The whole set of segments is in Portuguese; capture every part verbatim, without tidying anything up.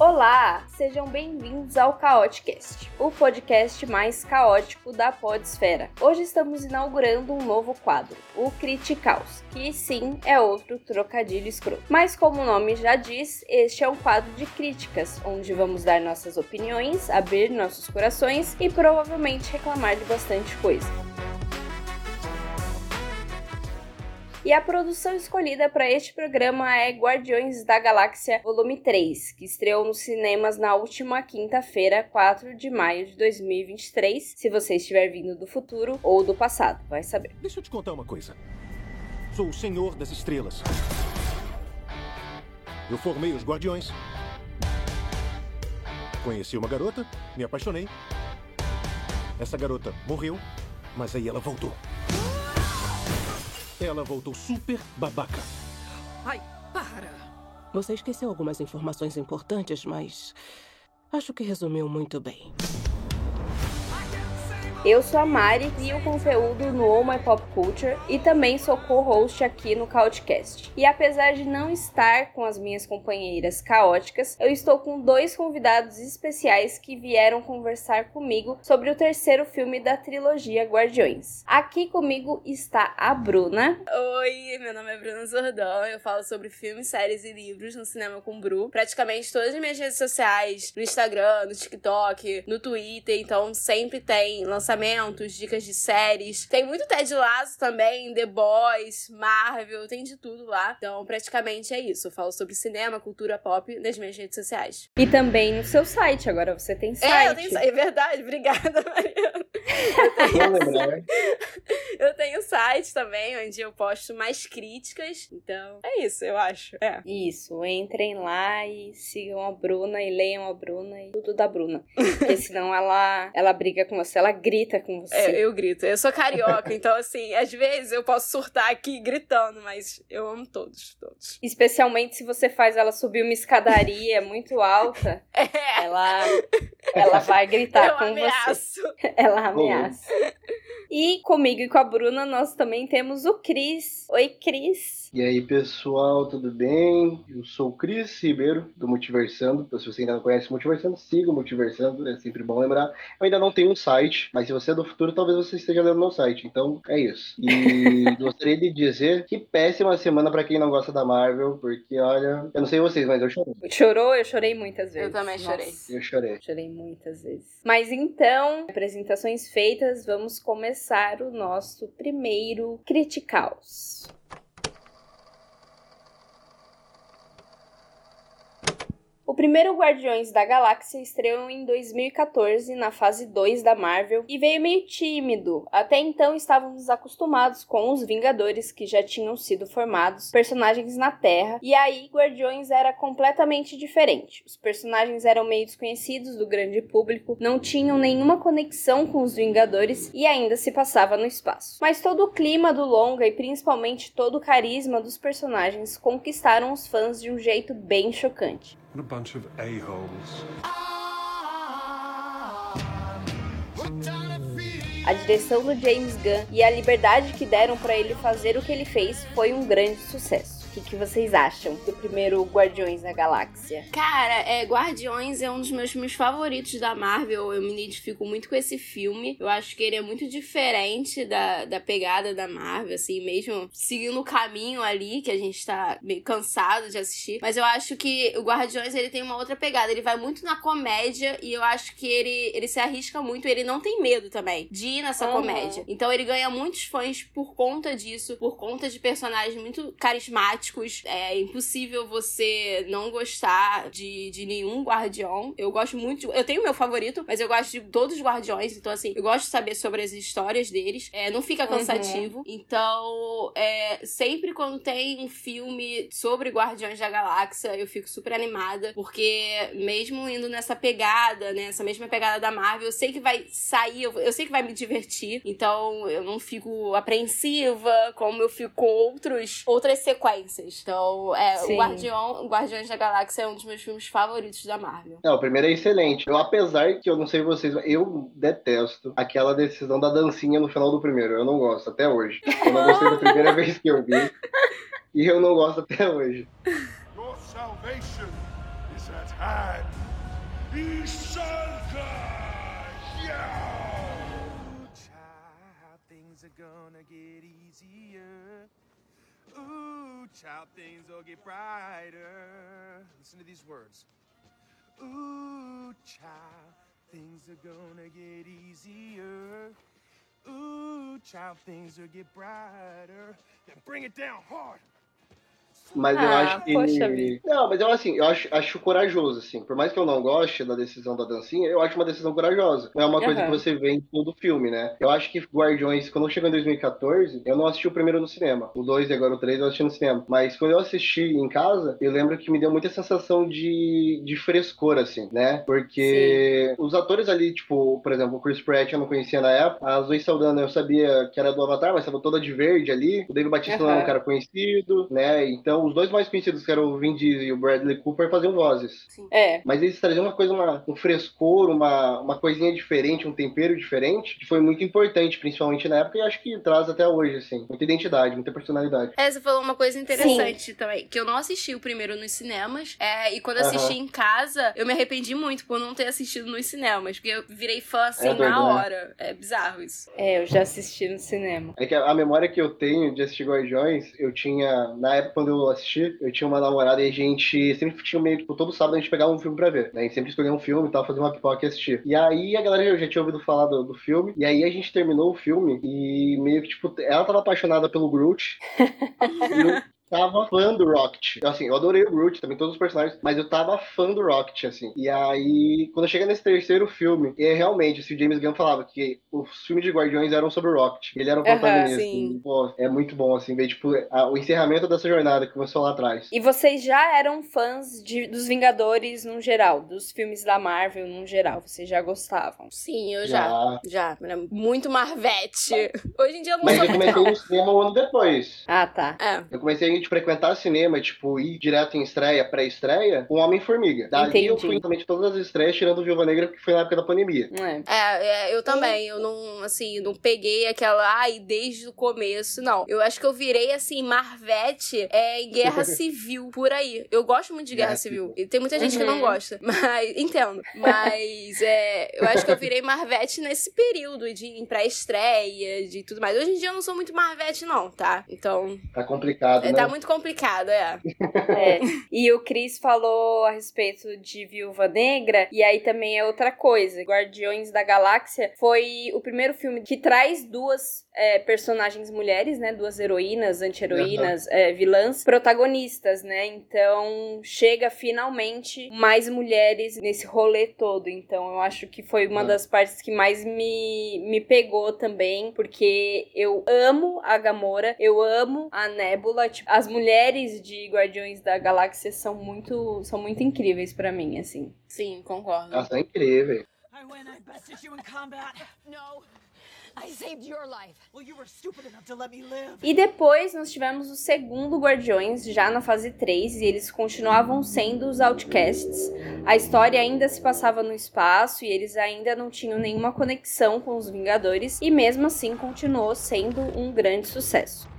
Olá, sejam bem-vindos ao CaotiCast, o podcast mais caótico da podesfera. Hoje estamos inaugurando um novo quadro, o Criticaus, que sim é outro trocadilho escroto. Mas como o nome já diz, este é um quadro de críticas, onde vamos dar nossas opiniões, abrir nossos corações e provavelmente reclamar de bastante coisa. E a produção escolhida para este programa é Guardiões da Galáxia Volume três, que estreou nos cinemas na última quinta-feira, quatro de maio de dois mil e vinte e três, se você estiver vindo do futuro ou do passado, vai saber. Deixa eu te contar uma coisa. Sou o Senhor das Estrelas. Eu formei os Guardiões. Conheci uma garota, me apaixonei. Essa garota morreu, mas aí ela voltou. Ela voltou super babaca. Ai, para! Você esqueceu algumas informações importantes, mas acho que resumiu muito bem. Eu sou a Mari, crio conteúdo no Oh My Pop Culture e também sou co-host aqui no CaotiCast. E apesar de não estar com as minhas companheiras caóticas, eu estou com dois convidados especiais que vieram conversar comigo sobre o terceiro filme da trilogia Guardiões. Aqui comigo está a Bruna. Oi, meu nome é Bruna Zordão, eu falo sobre filmes, séries e livros no Cinema com Bru. Praticamente todas as minhas redes sociais, no Instagram, no TikTok, no Twitter, então sempre tem lançamento lançamentos, dicas de séries. Tem muito Ted Lasso também, The Boys, Marvel, tem de tudo lá. Então, praticamente é isso. Eu falo sobre cinema, cultura pop nas minhas redes sociais. E também no seu site, agora você tem site. É, eu tenho site, é verdade. Obrigada, Mariana. Eu tenho, eu tenho site também, onde eu posto mais críticas. Então, é isso, eu acho. É. Isso, entrem lá e sigam a Bruna e leiam a Bruna e tudo da Bruna. Porque senão ela, ela briga com você, ela grita com você. É, eu grito. Eu sou carioca, então assim, às vezes eu posso surtar aqui gritando, mas eu amo todos, todos. Especialmente se você faz ela subir uma escadaria muito alta, é. ela, ela vai gritar eu com ameaço. você. Ela ameaça. E comigo e com a Bruna, nós também temos o Cris. Oi, Cris. E aí, pessoal, tudo bem? Eu sou o Cris Ribeiro, do Multiversando. Então, se você ainda não conhece o Multiversando, siga o Multiversando, é sempre bom lembrar. Eu ainda não tenho um site, mas se você é do futuro, talvez você esteja lendo meu site. Então, é isso. E gostaria de dizer que péssima semana pra quem não gosta da Marvel, porque, olha, eu não sei vocês, mas eu chorei. Chorou? Eu chorei muitas vezes. Eu também chorei. Nossa, eu chorei. Chorei muitas vezes. Mas então, apresentações feitas, vamos começar o nosso primeiro Criticaus. O primeiro Guardiões da Galáxia estreou em dois mil e catorze, na fase dois da Marvel, e veio meio tímido. Até então estávamos acostumados com os Vingadores, que já tinham sido formados, personagens na Terra, e aí Guardiões era completamente diferente. Os personagens eram meio desconhecidos do grande público, não tinham nenhuma conexão com os Vingadores e ainda se passava no espaço. Mas todo o clima do longa e principalmente todo o carisma dos personagens conquistaram os fãs de um jeito bem chocante. What a bunch of a-holes. A direção do James Gunn e a liberdade que deram para ele fazer o que ele fez foi um grande sucesso. O que, que vocês acham do primeiro Guardiões da Galáxia? Cara, é, Guardiões é um dos meus filmes favoritos da Marvel. Eu me identifico muito com esse filme. Eu acho que ele é muito diferente da, da pegada da Marvel, assim, mesmo seguindo o caminho ali, que a gente tá meio cansado de assistir. Mas eu acho que o Guardiões, ele tem uma outra pegada. Ele vai muito na comédia e eu acho que ele, ele se arrisca muito. Ele não tem medo também de ir nessa uhum. comédia. Então ele ganha muitos fãs por conta disso, por conta de personagens muito carismáticos. É impossível você não gostar de, de nenhum Guardião. Eu gosto muito de, eu tenho meu favorito, mas eu gosto de todos os Guardiões. Então, assim, eu gosto de saber sobre as histórias deles. É, não fica cansativo. Uhum. Então, é, sempre quando tem um filme sobre Guardiões da Galáxia, eu fico super animada. Porque mesmo indo nessa pegada, né? Essa mesma pegada da Marvel, eu sei que vai sair, eu, eu sei que vai me divertir. Então, eu não fico apreensiva como eu fico com outros, outras sequências. Então, é, o Guardião, Guardiões da Galáxia é um dos meus filmes favoritos da Marvel. Não, o primeiro é excelente. Eu, apesar que eu não sei vocês, eu detesto aquela decisão da dancinha no final do primeiro. Eu não gosto, até hoje. Eu não gostei da primeira vez que eu vi. E eu não gosto até hoje. Your salvation It's our time. Isanka! Yeah! Child, things are gonna get easier. Ooh, child, things will get brighter. Listen to these words. Ooh, child, things are gonna get easier. Ooh, child, things will get brighter. Then bring it down hard. Mas eu Ah, acho que. poxa vida. Não, mas eu assim, eu acho, acho corajoso, assim. Por mais que eu não goste da decisão da dancinha, eu acho uma decisão corajosa. Não é uma coisa Aham. que você vê em todo filme, né? Eu acho que Guardiões, quando chegou em dois mil e quatorze, eu não assisti o primeiro no cinema. O dois e agora o três eu assisti no cinema. Mas quando eu assisti em casa, eu lembro que me deu muita sensação de, de frescor, assim, né? Porque os atores ali, tipo, por exemplo, o Chris Pratt eu não conhecia na época. A Zoe Saldana eu sabia que era do Avatar, mas estava toda de verde ali. O David Bautista não era um Aham. cara conhecido, né? Então, os dois mais conhecidos, que eram o Vin Diesel e o Bradley Cooper, faziam vozes. É. Mas eles traziam uma coisa, uma, um frescor, uma, uma coisinha diferente, um tempero diferente, que foi muito importante, principalmente na época, e acho que traz até hoje, assim. Muita identidade, muita personalidade. É, você falou uma coisa interessante também, que eu não assisti o primeiro nos cinemas, é, e quando eu assisti Aham. em casa, eu me arrependi muito por não ter assistido nos cinemas, porque eu virei fã assim É doido, na né? hora. É bizarro isso. É, eu já assisti no cinema. É que a a memória que eu tenho de assistir Guardiões, eu tinha, na época quando eu assisti, eu tinha uma namorada e a gente sempre tinha meio, tipo, todo sábado a gente pegava um filme pra ver, né? A gente sempre escolhia um filme e tal, fazia uma pipoca e assistia. E aí a galera já, já tinha ouvido falar do, do filme, e aí a gente terminou o filme e meio que, tipo, ela tava apaixonada pelo Groot, e eu tava fã do Rocket. Assim, eu adorei o Groot, também todos os personagens, mas eu tava fã do Rocket, assim. E aí, quando chega nesse terceiro filme, é realmente, assim, o James Gunn falava que os filmes de Guardiões eram sobre o Rocket. Ele era o Aham, protagonista. sim. E, pô, é muito bom, assim, ver, tipo, a- o encerramento dessa jornada que começou lá atrás. E vocês já eram fãs de, dos Vingadores no geral, dos filmes da Marvel no geral, vocês já gostavam? Sim, eu já. Já. Já. Era muito Marvete. Hoje em dia eu não Mas sou eu muito, comecei não. no cinema um ano depois. Ah, tá. É. Eu comecei a gente, frequentar cinema, tipo, ir direto em estreia, pré-estreia, com Homem-Formiga. Dali eu Entendi. fui também todas as estreias, tirando Viúva Negra, que foi na época da pandemia. É. É, é, eu também. Eu não, assim, não peguei aquela, ai, desde o começo. Não. Eu acho que eu virei, assim, Marvete é, em Guerra Civil, por aí. Eu gosto muito de Guerra Guerra Civil. E tem muita gente que não Uhum. gosta. Mas, entendo. Mas, é, eu acho que eu virei Marvete nesse período de em pré-estreia, de tudo mais. Hoje em dia eu não sou muito Marvete, não, tá? Então, Tá complicado, é, né? tá muito complicado, é. É. E o Chris falou a respeito de Viúva Negra, e aí também é outra coisa. Guardiões da Galáxia foi o primeiro filme que traz duas é, personagens mulheres, né? Duas heroínas, anti-heroínas, é, vilãs, protagonistas, né? Então chega finalmente mais mulheres nesse rolê todo. Então eu acho que foi uma Uhum. das partes que mais me, me pegou também, porque eu amo a Gamora, eu amo a Nebula, tipo, as mulheres de Guardiões da Galáxia são muito, são muito incríveis pra mim, assim. Sim, concordo. Nossa, é incrível. I win. I bested you in combat. No. I saved your life. Well, you were stupid enough to let me live. E depois nós tivemos o segundo Guardiões, já na fase três, e eles continuavam sendo os Outcasts. A história ainda se passava no espaço, e eles ainda não tinham nenhuma conexão com os Vingadores, e mesmo assim continuou sendo um grande sucesso.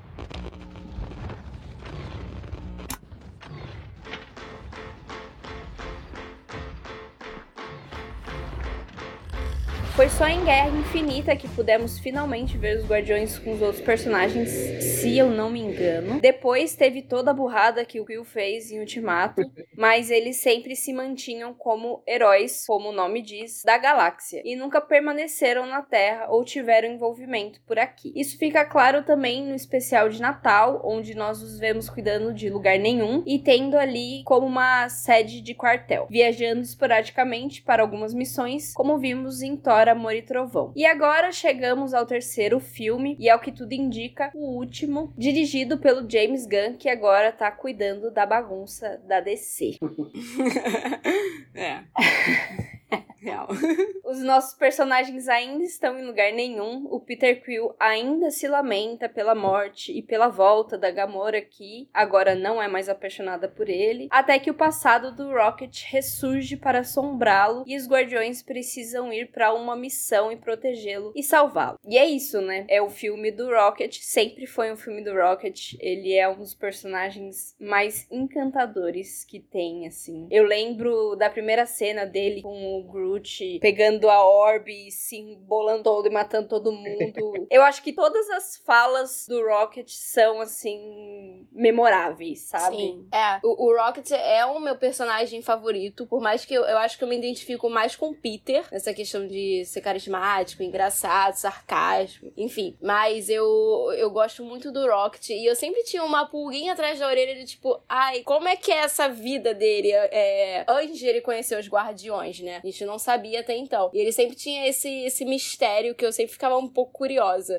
Foi só em Guerra Infinita que pudemos finalmente ver os Guardiões com os outros personagens, se eu não me engano. Depois teve toda a burrada que o Quill fez em Ultimato, mas eles sempre se mantinham como heróis, como o nome diz, da galáxia, e nunca permaneceram na Terra ou tiveram envolvimento por aqui. Isso fica claro também no especial de Natal, onde nós os vemos cuidando de lugar nenhum e tendo ali como uma sede de quartel, viajando esporadicamente para algumas missões, como vimos em Thor, Amor e Trovão. E agora chegamos ao terceiro filme, e ao que tudo indica, o último, dirigido pelo James Gunn, que agora tá cuidando da bagunça da D C. É. real. Os nossos personagens ainda estão em lugar nenhum. O Peter Quill ainda se lamenta pela morte e pela volta da Gamora, que agora não é mais apaixonada por ele. Até que o passado do Rocket ressurge para assombrá-lo e os Guardiões precisam ir para uma missão e protegê-lo e salvá-lo. E é isso, né? É o filme do Rocket. Sempre foi um filme do Rocket. Ele é um dos personagens mais encantadores que tem, assim. Eu lembro da primeira cena dele com o Groot pegando a orb e se embolando todo e matando todo mundo. Eu acho que todas as falas do Rocket são, assim, memoráveis, sabe? Sim, é. O, o Rocket é o meu personagem favorito, por mais que eu, eu acho que eu me identifico mais com o Peter, nessa questão de ser carismático, engraçado, sarcástico, enfim. Mas eu, eu gosto muito do Rocket e eu sempre tinha uma pulguinha atrás da orelha de tipo, ai, como é que é essa vida dele é, antes de ele conhecer os Guardiões, né? A gente não sabia até então. E ele sempre tinha esse, esse mistério que eu sempre ficava um pouco curiosa.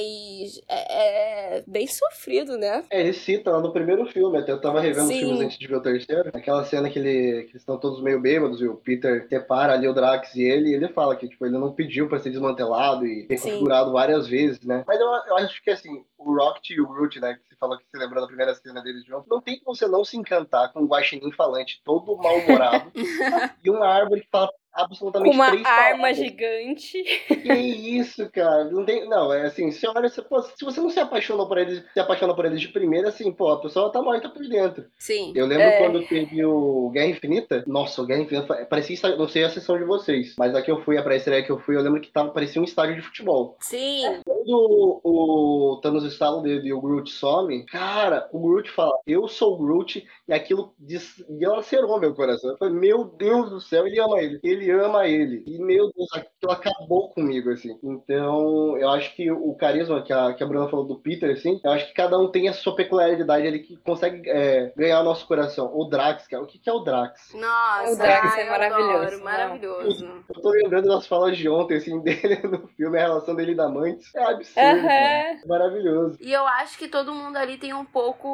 Mas é, é bem sofrido, né? É, ele cita lá no primeiro filme, até eu tava revendo Sim. os filmes antes de ver o terceiro, aquela cena que, ele, que eles estão todos meio bêbados e o Peter separa ali o Drax e ele, e ele fala que tipo, ele não pediu pra ser desmantelado e reconfigurado várias vezes, né? Mas eu, eu acho que assim, o Rocket e o Groot, né, que você falou que você lembrou da primeira cena deles de novo, não tem como você não se encantar com um guaxinim falante todo mal-humorado e uma árvore que fala absolutamente com uma três arma palavras. gigante. Que isso, cara? Não tem. Não, é assim, se olha, se, pô, se você não se apaixonou por eles, se apaixona por eles de primeira, assim, pô, a pessoa tá morta por dentro. Sim. Eu lembro É. quando teve o Guerra Infinita. Nossa, o Guerra Infinita parecia, não sei a sessão de vocês, mas a que eu fui, a pré-estreia que eu fui, eu lembro que tava, parecia um estádio de futebol. Sim. Quando o, o Thanos estala o dedo e o Groot some, cara, o Groot fala, eu sou o Groot, e aquilo dilacerou meu coração. Eu falei, meu Deus do céu, ele ama ele. Ele ama ele. E, meu Deus, aquilo acabou comigo, assim. Então, eu acho que o carisma que a, que a Bruna falou do Peter, assim, eu acho que cada um tem a sua peculiaridade ali que consegue é, ganhar o nosso coração. O Drax, cara, o que, que é o Drax? Nossa, O Drax ai, é eu maravilhoso, adoro, não. maravilhoso. Eu tô lembrando das falas de ontem, assim, dele no filme, a relação dele e da mãe. É absurdo, Aham. cara. É maravilhoso. E eu acho que todo mundo ali tem um pouco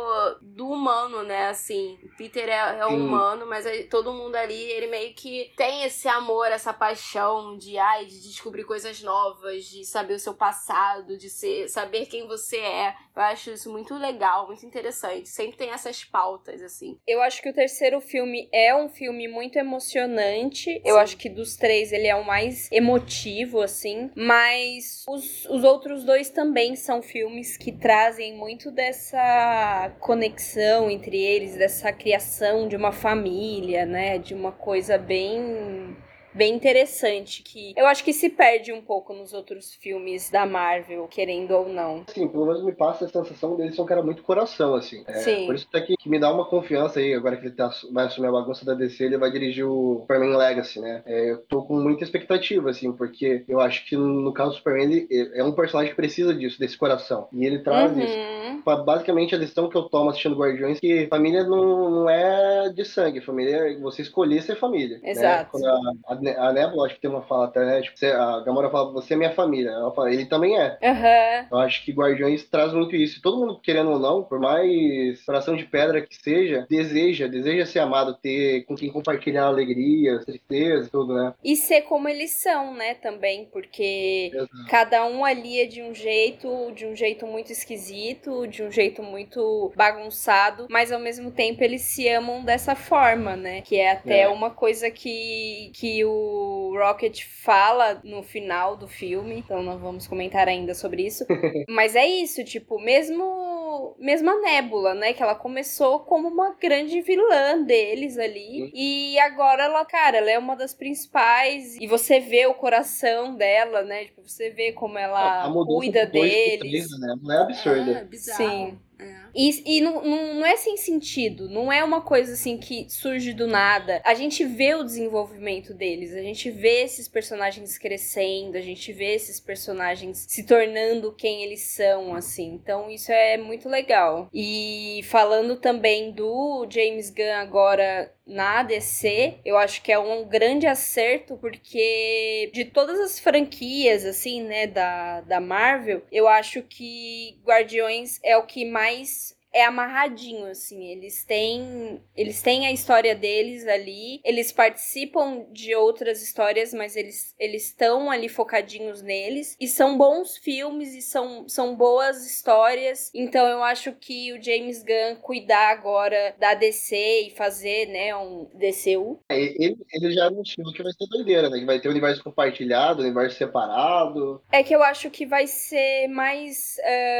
do humano, né? Assim, o Peter é, é um Sim. humano, mas aí todo mundo ali, ele meio que tem esse amor, essa paixão de, ai, de descobrir coisas novas, de saber o seu passado, de ser, saber quem você é. Eu acho isso muito legal, muito interessante. Sempre tem essas pautas, assim. Eu acho que o terceiro filme é um filme muito emocionante. Eu Sim. acho que dos três ele é o mais emotivo, assim. Mas os, os outros dois também são filmes que trazem muito dessa conexão entre eles, dessa criação de uma família, né? De uma coisa bem... bem interessante, que eu acho que se perde um pouco nos outros filmes da Marvel, querendo ou não. Assim, pelo menos me passa a sensação deles ser um cara muito coração, assim. É, Sim. Por isso até que, que me dá uma confiança aí, agora que ele tá, vai assumir a bagunça da D C, ele vai dirigir o Superman Legacy, né? É, eu tô com muita expectativa, assim, porque eu acho que no caso do Superman, ele é um personagem que precisa disso, desse coração. E ele traz Uhum. isso. Basicamente, a decisão que eu tomo assistindo Guardiões é que família não, não é de sangue, família é você escolher ser família. Exato. Né? Quando a, a, a Nebula, acho que tem uma fala até, né? Tipo, você, a Gamora fala, você é minha família. Ela fala, ele também é. Aham. Eu acho que Guardiões traz muito isso. Todo mundo, querendo ou não, por mais coração de pedra que seja, deseja, deseja ser amado, ter com quem compartilhar alegrias, tristeza, tudo, né? E ser como eles são, né, também, porque Exato. cada um ali é de um jeito, de um jeito muito esquisito, de um jeito muito bagunçado, mas ao mesmo tempo eles se amam dessa forma, né? Que é até É. uma coisa que, que o Rocket fala no final do filme, então não vamos comentar ainda sobre isso. Mas é isso, tipo, mesmo, mesmo a Nebula, né? Que ela começou como uma grande vilã deles ali. Sim. E agora ela, cara, ela é uma das principais. E você vê o coração dela, né? Tipo, você vê como ela A mudança cuida do dois pro deles. três, né? Não é absurda. É, bizarro. Sim. É. E, e não, não, não é sem sentido, não é uma coisa assim que surge do nada. A gente vê o desenvolvimento deles, a gente vê esses personagens crescendo, a gente vê esses personagens se tornando quem eles são, assim. Então isso é muito legal. E falando também do James Gunn agora na D C, eu acho que é um grande acerto, porque de todas as franquias, assim, né, da, da Marvel, eu acho que Guardiões é o que mais é amarradinho, assim. Eles têm, eles têm a história deles ali, eles participam de outras histórias, mas eles eles estão ali focadinhos neles. E são bons filmes e são, são boas histórias. Então eu acho que o James Gunn cuidar agora da D C e fazer, né, um D C U. Ele, ele já anunciou que vai ser doideira, né? Que vai ter universo compartilhado, universo separado. É que eu acho que vai ser mais...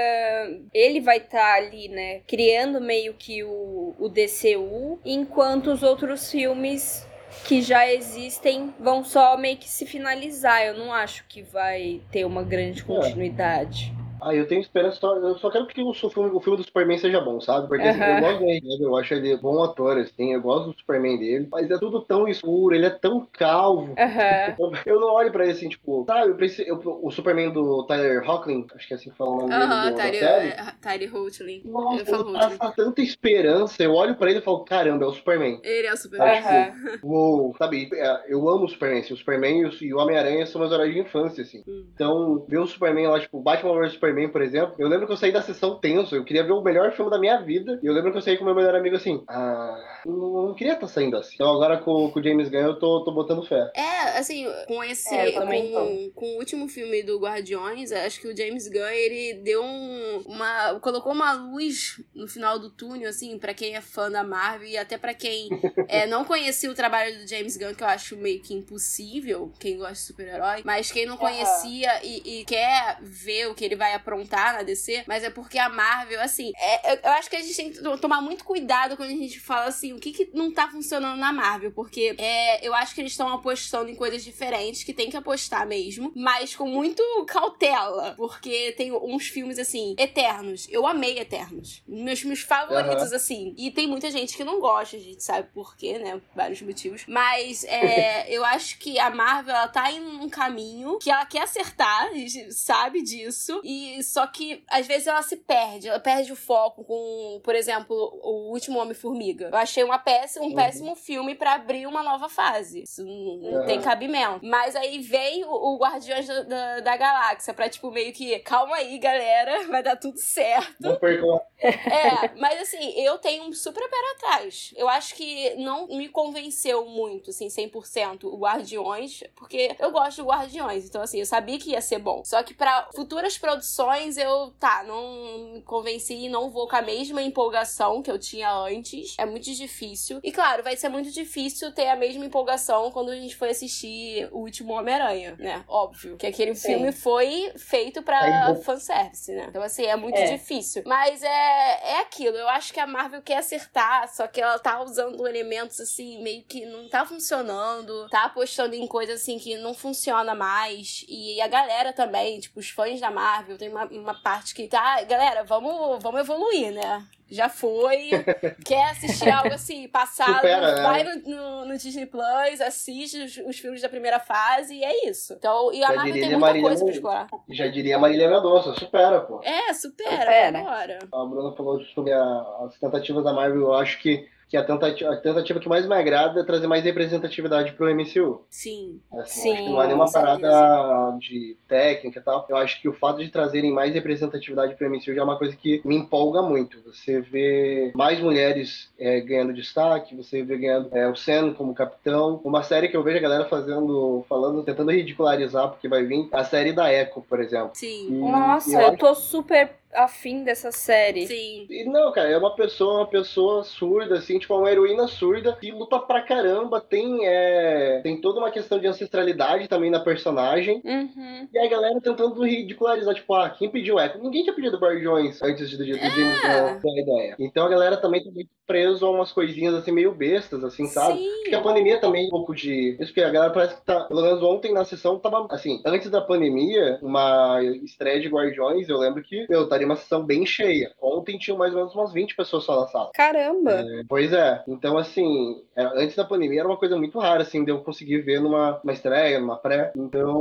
Uh, ele vai estar tá ali, né, criando meio que o, o D C U, enquanto os outros filmes que já existem vão só meio que se finalizar. Eu não acho que vai ter uma grande continuidade. Ah, eu tenho esperança, só, eu só quero que o, filme, o filme do Superman seja bom, sabe? Porque assim, Uhum. eu gosto dele, eu acho ele bom ator, assim, eu gosto do Superman dele, mas é tudo tão escuro, ele é tão calvo. Uhum. Eu, eu não olho pra ele assim, tipo, sabe, eu preciso, eu, o Superman do Tyler Hoechlin, acho que é assim que fala o nome Aham, dele, do, Tyler, da série. é, Tyler Hoechlin. Nossa, Eu falo ele Hoechlin. passa tanta esperança, eu olho pra ele e falo, caramba, é o Superman. Ele é o Superman. Sabe, tipo, uou, sabe, eu amo o Superman, assim, o Superman e o, e o Homem-Aranha são meus heróis de infância, assim. Hum. Então, ver o Superman lá, tipo, Batman versus Superman, por exemplo, eu lembro que eu saí da sessão tenso, eu queria ver o melhor filme da minha vida, e eu lembro que eu saí com o meu melhor amigo assim, ah, não, não queria estar saindo assim. Então agora com, com o James Gunn eu tô, tô botando fé. É, assim, com esse, É, eu também com, com o último filme do Guardiões, acho que o James Gunn, ele deu um, uma, colocou uma luz no final do túnel, assim, pra quem é fã da Marvel e até pra quem é, não conhecia o trabalho do James Gunn, que eu acho meio que impossível, quem gosta de super-herói, mas quem não conhecia uhum. e, e quer ver o que ele vai aprontar na D C, mas é porque a Marvel, assim, é, eu, eu acho que a gente tem que tomar muito cuidado quando a gente fala assim, o que que não tá funcionando na Marvel, porque é, eu acho que eles estão apostando em coisas diferentes, que tem que apostar mesmo, mas com muito cautela, porque tem uns filmes, assim, Eternos, eu amei Eternos, meus filmes favoritos, uhum. assim, e tem muita gente que não gosta, a gente sabe por quê, né, vários motivos, mas é, eu acho que a Marvel, ela tá em um caminho que ela quer acertar, a gente sabe disso, e só que às vezes ela se perde, ela perde o foco com, por exemplo, o Último Homem-Formiga. Eu achei uma péssima, um uhum. péssimo filme pra abrir uma nova fase. Isso não, não uhum. tem cabimento. Mas aí veio o Guardiões da, da, da Galáxia pra, tipo, meio que, calma aí, galera, vai dar tudo certo. Não percam. É, mas assim, eu tenho um super pé atrás. Eu acho que não me convenceu muito, assim, cem por cento o Guardiões, porque eu gosto de Guardiões, então assim, eu sabia que ia ser bom. Só que pra futuras produções, eu, tá, não me convenci e não vou com a mesma empolgação que eu tinha antes. É muito difícil. E claro, vai ser muito difícil ter a mesma empolgação quando a gente foi assistir o último Homem-Aranha, né? Óbvio. Que aquele Sim. filme foi feito pra fanservice, né? Então assim, é muito é. difícil. Mas é, é aquilo. Eu acho que a Marvel quer acertar, só que ela tá usando elementos assim, meio que não tá funcionando. Tá apostando em coisas assim que não funciona mais. E a galera também, tipo, os fãs da Marvel, tem uma, uma parte que tá, galera, vamos, vamos evoluir, né? Já foi, quer assistir algo assim, passado, Supera, vai né? no, no, no Disney Plus, assiste os, os filmes da primeira fase e é isso. Então, e a Já Marvel diria tem muita Marília coisa pra Men- explorar. Já diria a Marília Mendonça, supera, pô. É, supera, Supera. vambora. A Bruna falou sobre a- as tentativas da Marvel, eu acho que, que a, tentativa, a tentativa que mais me agrada é trazer mais representatividade pro M C U. Sim. Assim, Sim, acho que não é nenhuma com certeza. parada de técnica e tal. Eu acho que o fato de trazerem mais representatividade pro M C U já é uma coisa que me empolga muito. Você vê mais mulheres é, ganhando destaque, você vê ganhando é, o Sam como capitão. Uma série que eu vejo a galera fazendo, falando, tentando ridicularizar, porque vai vir a série da Echo, por exemplo. Sim. E- Nossa, e eu acho- tô super afim dessa série. Sim. E não, cara, é uma pessoa, uma pessoa surda, assim, tipo, uma heroína surda que luta pra caramba, tem, é, tem toda uma questão de ancestralidade também na personagem. Uhum. E a galera tentando ridicularizar, tipo, ah, quem pediu Echo? Ninguém tinha pedido Guardiões antes de, do, do James Gunn ter a ideia. Então a galera também tá muito preso a umas coisinhas, assim, meio bestas, assim, sabe? Sim. Acho que a pandemia também um pouco de... Isso porque a galera parece que tá... Pelo menos ontem na sessão tava, assim, antes da pandemia, uma estreia de Guardiões, eu lembro que, meu, estaria uma sessão bem cheia. Ontem tinham mais ou menos umas vinte pessoas só na sala. Caramba! Pois é. Então, assim, é, antes da pandemia era uma coisa muito rara, assim, de eu conseguir ver numa uma estreia, numa pré.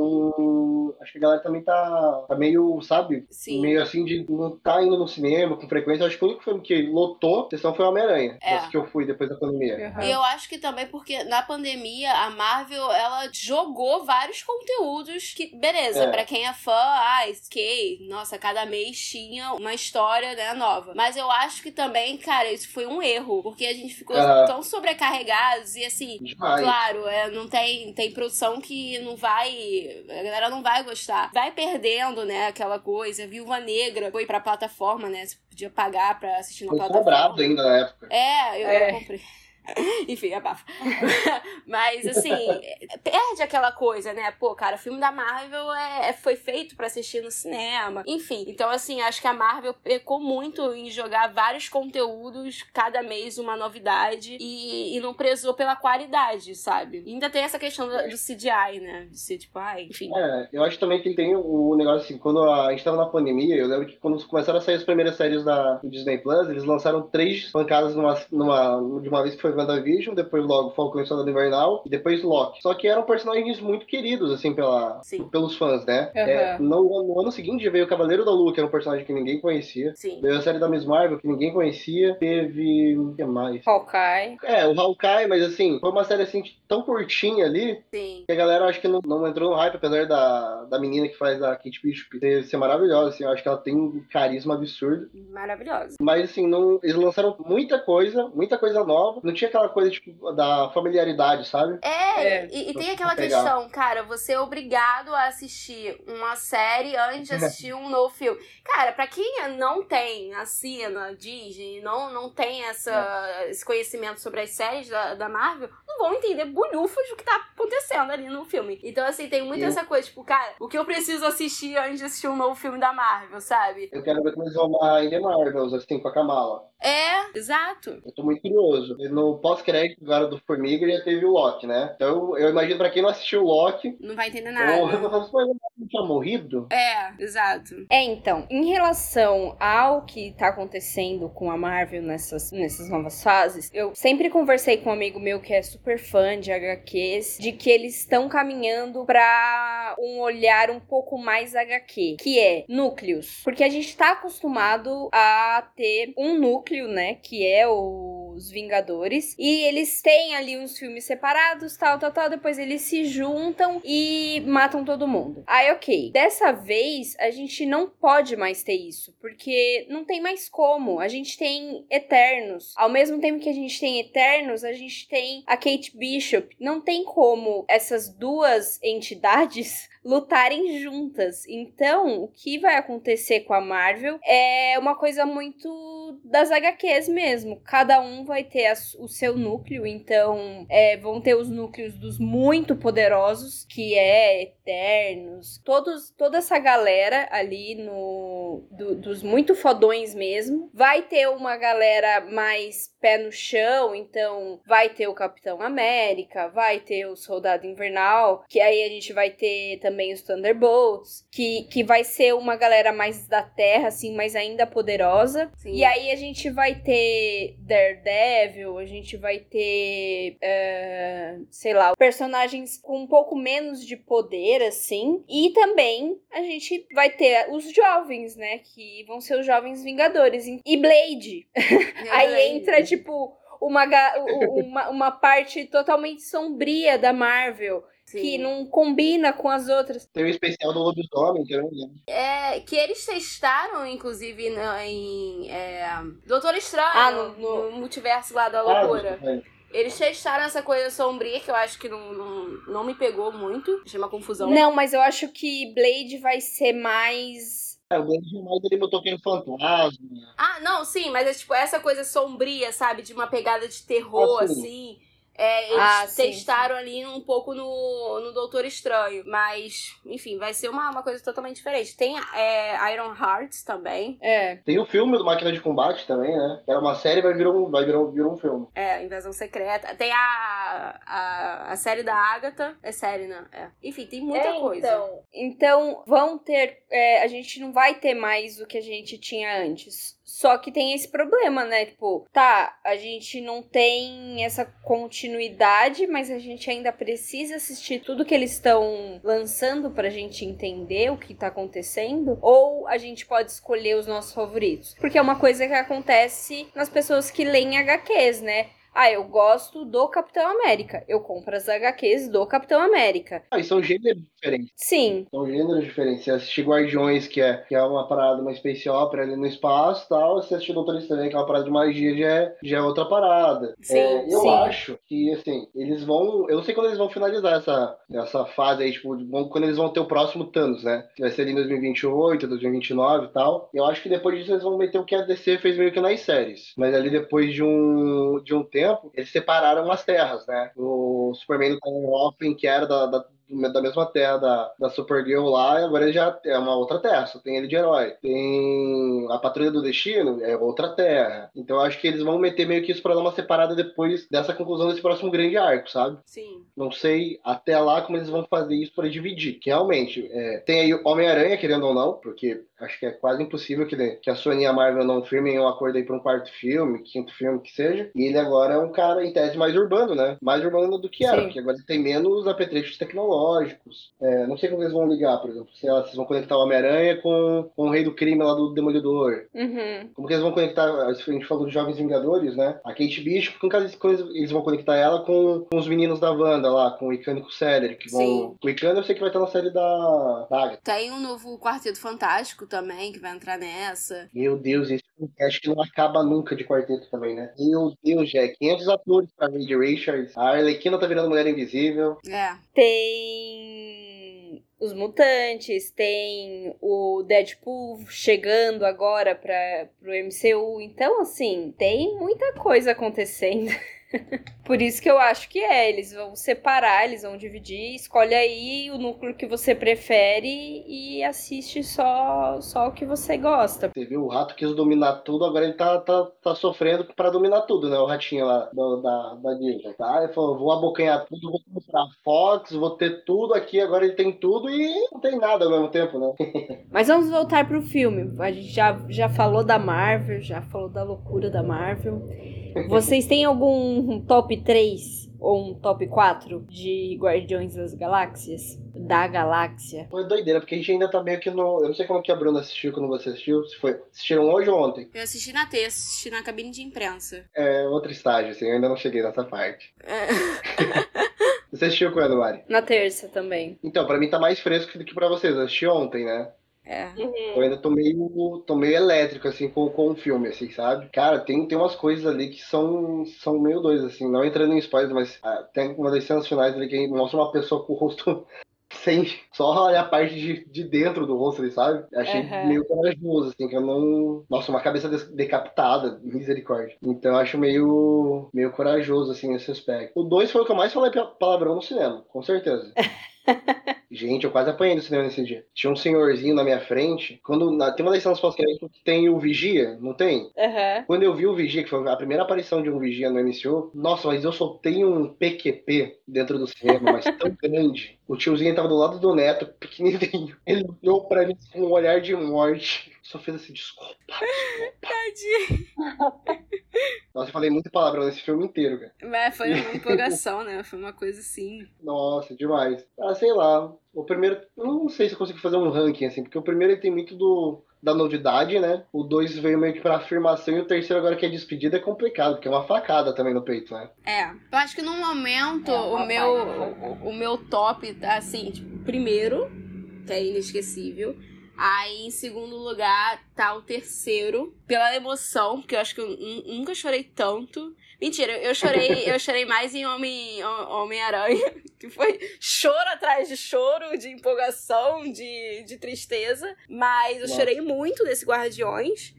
Então, acho que a galera também tá, tá meio, sabe? Sim. Meio assim de não tá indo no cinema com frequência. Acho que o único filme que lotou a sessão foi o Homem-Aranha. É. Das que eu fui depois da pandemia. Uhum. E eu acho que também porque na pandemia a Marvel, ela jogou vários conteúdos que, beleza, É. pra quem é fã, ah, skate, nossa, cada mês X tinha uma história, né, nova. Mas eu acho que também, cara, isso foi um erro, porque a gente ficou Ah. tão sobrecarregados e assim, Demais. claro, é, não tem, tem produção que não vai, a galera não vai gostar. Vai perdendo, né, aquela coisa. Viúva Negra foi pra plataforma, né, você podia pagar pra assistir na Foi plataforma. cobrado ainda na época. É, eu, É. eu comprei. Enfim, abafa. Mas, assim, perde aquela coisa, né? Pô, cara, o filme da Marvel é, foi feito pra assistir no cinema. Enfim, então, assim, acho que a Marvel pecou muito em jogar vários conteúdos, cada mês uma novidade, e, e não prezou pela qualidade, sabe? E ainda tem essa questão do, do C G I, né? De ser, tipo, ai, enfim. É, eu acho também que tem o negócio assim, quando a gente tava na pandemia, eu lembro que quando começaram a sair as primeiras séries da do Disney Plus, eles lançaram três pancadas numa, numa, de uma vez que foi WandaVision, depois logo Falcão e Soldado Invernal, e depois Loki. Só que eram personagens muito queridos, assim, pela, Sim. pelos fãs, né? Uhum. É, no, no ano seguinte veio o Cavaleiro da Lua, que era um personagem que ninguém conhecia. Sim. Veio a série da Miss Marvel, que ninguém conhecia. Teve... o que mais? Hawkeye. É, o Hawkeye, mas assim, foi uma série assim tão curtinha ali, Sim. que a galera acho que não, não entrou no hype, apesar da, da menina que faz a Kate Bishop ser, ser maravilhosa, assim, eu acho que ela tem um carisma absurdo. Maravilhosa. Mas assim, não, eles lançaram muita coisa, muita coisa nova, não tinha aquela coisa tipo da familiaridade, sabe? É, É. e, e tem aquela Pegar. questão, cara, você é obrigado a assistir uma série antes de assistir um novo filme. Cara, pra quem não tem, assina Disney, não, não tem essa, esse conhecimento sobre as séries da, da Marvel, não vão entender bolhufas do que tá acontecendo ali no filme. Então, assim, tem muito Sim. essa coisa, tipo, cara, o que eu preciso assistir antes de assistir um novo filme da Marvel, sabe? Eu quero ver como eles vão amarrar ainda Marvels, assim, com a Kamala. É, exato. Eu tô muito curioso. E no pós-crédito agora do Formiga já teve o Loki, né? Então eu imagino pra quem não assistiu o Loki, Não vai entender ou nada. eu vou falar assim, mas ele não tinha morrido? É, exato. É, então, em relação ao que tá acontecendo com a Marvel nessas, nessas novas fases, eu sempre conversei com um amigo meu que é super fã de H Qs, de que eles estão caminhando pra um olhar um pouco mais H Q, que é núcleos. Porque a gente tá acostumado a ter um núcleo, né, que é os Vingadores, e eles têm ali uns filmes separados, tal, tal, tal, depois eles se juntam e matam todo mundo. Aí, ok. Dessa vez, a gente não pode mais ter isso, porque não tem mais como. A gente tem Eternos. Ao mesmo tempo que a gente tem Eternos, a gente tem a Kate Bishop. Não tem como essas duas entidades lutarem juntas. Então, o que vai acontecer com a Marvel é uma coisa muito das H Qs mesmo. Cada um vai ter a, o seu núcleo, então é, vão ter os núcleos dos muito poderosos, que é Eternos, todos, toda essa galera ali no do, dos muito fodões mesmo. Vai ter uma galera mais pé no chão, então vai ter o Capitão América, vai ter o Soldado Invernal, que aí a gente vai ter também os Thunderbolts, que, que vai ser uma galera mais da Terra, assim, mas ainda poderosa. Sim. E aí a gente vai ter Daredevil, a gente vai ter, uh, sei lá, personagens com um pouco menos de poder, assim. E também a gente vai ter os jovens, né, que vão ser os Jovens Vingadores. E Blade. Aí entra, tipo, uma, uma, uma parte totalmente sombria da Marvel. Sim. Que não combina com as outras. Tem o especial do Lobisomem, que eu não lembro. É, que eles testaram, inclusive, no, em é, Doutor Estranho, ah, no, no, no multiverso lá da loucura. Ah, eles testaram essa coisa sombria, que eu acho que não, não, não me pegou muito. Achei uma confusão. Não, mas eu acho que Blade vai ser mais... É, o Blade mais ele botou aquele fantasma. Ah, não, sim, mas é tipo essa coisa sombria, sabe? De uma pegada de terror, ah, assim. É, eles ah, testaram sim, ali um pouco no, no Doutor Estranho. Mas, enfim, vai ser uma, uma coisa totalmente diferente. Tem é, Iron Hearts também. É. Tem o filme do Máquina de Combate também, né? Era uma série, vai virar um, vai virar um, virar um filme. É, Invasão Secreta. Tem a, a, a série da Agatha. É série, né? É. Enfim, tem muita é, coisa. Então, então vão ter... É, a gente não vai ter mais o que a gente tinha antes. Só que tem esse problema, né? Tipo, tá, a gente não tem essa continuidade, mas a gente ainda precisa assistir tudo que eles estão lançando pra gente entender o que tá acontecendo. Ou a gente pode escolher os nossos favoritos. Porque é uma coisa que acontece nas pessoas que leem H Qs, né? Ah, eu gosto do Capitão América. Eu compro as H Qs do Capitão América. Ah, e são gêneros diferentes. Sim. São gêneros diferentes. Você assistir Guardiões, que é, que é uma parada, uma space opera ali no espaço e tal. Você assistir Doutor Estranho, que é uma parada de magia, já é, já é outra parada. Sim, É, eu sim. acho que, assim, eles vão... Eu não sei quando eles vão finalizar essa, essa fase aí, tipo, vão- quando eles vão ter o próximo Thanos, né? Que vai ser ali em dois mil e vinte e oito, dois mil e vinte e nove e tal. Eu acho que depois disso eles vão meter o que a D C fez meio que nas séries. Mas ali depois de um, de um tempo, eles separaram as terras, né? O Superman do Tom Hoffman, que era da, da, da mesma terra da, da Supergirl lá, e agora ele já é uma outra terra, só tem ele de herói. Tem a Patrulha do Destino, é outra terra. Então eu acho que eles vão meter meio que isso pra dar uma separada depois dessa conclusão desse próximo grande arco, sabe? Sim. Não sei até lá como eles vão fazer isso para dividir. Que realmente, é, tem aí o Homem-Aranha, querendo ou não, porque acho que é quase impossível que, que a Sony e a Marvel não firmem um acordo aí para um quarto filme, quinto filme, que seja. E ele agora é um cara, em tese, mais urbano, né? Mais urbano do que era, Sim. porque agora ele tem menos apetrechos tecnológicos. É, não sei como eles vão ligar, por exemplo. Sei lá, vocês vão conectar o Homem-Aranha com, com o Rei do Crime lá do Demolidor. Uhum. Como que eles vão conectar? A gente falou dos Jovens Vingadores, né? A Kate Bishop, como que eles, eles vão conectar ela com, com os meninos da Wanda lá, com o Icano e com o Celery, que vão... Sim. O Icano eu sei que vai estar na série da, da Agatha. Tem um novo Quarteto Fantástico também, que vai entrar nessa. Meu Deus, esse acho que não acaba nunca de quarteto também, né? Meu Deus, já é quinhentos atores pra Reed Richards. A Arlequina tá virando Mulher Invisível. É. Tem os Mutantes, tem o Deadpool chegando agora para pro M C U. Então, assim, tem muita coisa acontecendo. Por isso que eu acho que é, eles vão separar, eles vão dividir, escolhe aí o núcleo que você prefere e assiste só, só o que você gosta. Você viu, o rato quis dominar tudo, agora ele tá, tá, tá sofrendo pra dominar tudo, né? O ratinho lá do, da, da Disney. Tá? Ele falou, vou abocanhar tudo, vou comprar Fox, vou ter tudo aqui, agora ele tem tudo e não tem nada ao mesmo tempo, né? Mas vamos voltar pro filme. A gente já, já falou da Marvel, já falou da loucura da Marvel. Vocês têm algum top três ou um top quatro de Guardiões das Galáxias? Da Galáxia? Foi doideira, porque a gente ainda tá meio que no... Eu não sei como que a Bruna assistiu quando você assistiu. Se foi... Assistiram hoje ou ontem? Eu assisti na terça, assisti na cabine de imprensa. É outro estágio, assim, eu ainda não cheguei nessa parte. É. Você assistiu quando, Mari? Na terça também. Então, pra mim tá mais fresco do que pra vocês. Eu assisti ontem, né? É. Eu ainda tô meio, tô meio elétrico, assim, com, com o filme, assim, sabe? Cara, tem, tem umas coisas ali que são, são meio doidas, assim. Não entrando em spoilers, mas ah, tem uma das cenas finais ali que mostra uma pessoa com o rosto sem... Só olhar a parte de, de dentro do rosto ali, sabe? Achei Uhum. meio corajoso, assim, que eu não... Nossa, uma cabeça des- decapitada, misericórdia. Então eu acho meio, meio corajoso, assim, esse aspecto. O dois foi o que eu mais falei pa- palavrão no cinema, com certeza. Gente, eu quase apanhei no cinema nesse dia. Tinha um senhorzinho na minha frente. Quando na- tem uma das cenas pós-crédito que tem o Vigia, não tem? Aham. Quando eu vi o Vigia, que foi a primeira aparição de um Vigia no M C U, nossa, mas eu soltei um P Q P dentro do cinema, mas tão grande. O tiozinho tava do lado do neto, pequenininho. Ele olhou pra mim com um olhar de morte. Só fez assim, desculpa, desculpa. Tadinho. Nossa, eu falei muito palavrão nesse filme inteiro, cara. Mas foi uma empolgação, né? Foi uma coisa assim. Nossa, demais. Ah, sei lá. O primeiro, eu não sei se eu consigo fazer um ranking, assim, porque o primeiro ele tem muito do, da novidade, né? O dois veio meio que pra afirmação e o terceiro agora que é despedida é complicado, porque é uma facada também no peito, né? É. Eu acho que no momento o meu o, o meu top tá assim, tipo, primeiro, que é inesquecível. Aí, em segundo lugar, tá o terceiro, pela emoção, porque eu acho que eu n- nunca chorei tanto. Mentira, eu chorei, eu chorei mais em Homem, Homem-Aranha, que foi choro atrás de choro, de empolgação, de, de tristeza. Mas eu Nossa. chorei muito desse Guardiões.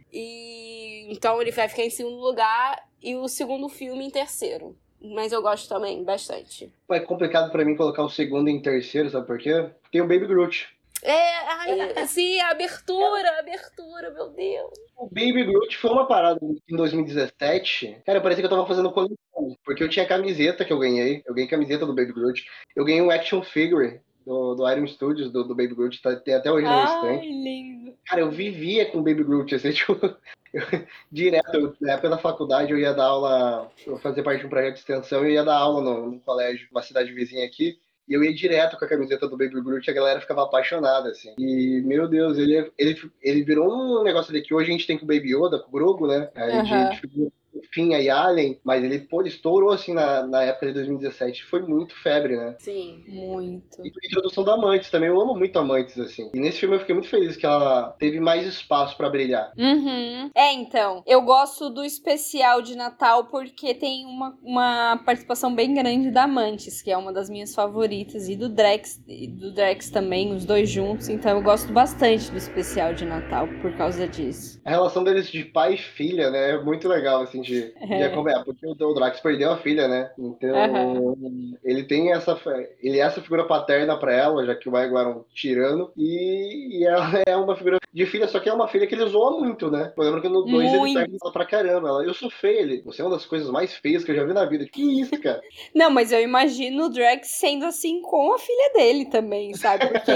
E então ele vai ficar em segundo lugar e o segundo filme em terceiro. Mas eu gosto também, bastante. É complicado pra mim colocar o segundo em terceiro, sabe por quê? Tem o Baby Groot. É, ai, sim, a abertura, a abertura, meu Deus. O Baby Groot foi uma parada em dois mil e dezessete. Cara, parecia que eu tava fazendo coleção. Porque eu tinha camiseta que eu ganhei. Eu ganhei camiseta do Baby Groot. Eu ganhei um action figure do, do Iron Studios, do, do Baby Groot. Tá, tem até hoje no meu Ai, stand. lindo. Cara, eu vivia com o Baby Groot. Assim, tipo, eu, direto, eu, na época da faculdade, eu ia dar aula. Eu fazia parte de um projeto de extensão. Eu ia dar aula no, no colégio, uma cidade vizinha aqui. E eu ia direto com a camiseta do Baby Groot e a galera ficava apaixonada, assim. E, meu Deus, ele, ele, ele virou um negócio ali que hoje a gente tem com o Baby Yoda, com o Grogu, né? Aí Aham. de, de, Finha e Alien, mas ele, pô, ele estourou assim na, na época de dois mil e dezessete, foi muito febre, né? Sim. Muito. E a introdução da Amantes também, eu amo muito Amantes, assim. E nesse filme eu fiquei muito feliz que ela teve mais espaço pra brilhar. Uhum. É, então, eu gosto do especial de Natal porque tem uma, uma participação bem grande da Mantis, que é uma das minhas favoritas, e do Drax, e do Drax também, os dois juntos, então eu gosto bastante do especial de Natal por causa disso. A relação deles de pai e filha, né, é muito legal, assim, de, de É. acompanhar, porque o o Drax perdeu a filha, né, então ele tem essa, ele é essa figura paterna pra ela, já que o Ego era um tirano, e, e ela é uma figura de filha, só que é uma filha que ele zoa muito, né, eu lembro que no dois ele Muito. pega ela pra caramba, ela, eu sou feia, ele, você é uma das coisas mais feias que eu já vi na vida, que isso, cara? Não, mas eu imagino o Drax sendo assim com a filha dele também, sabe? Porque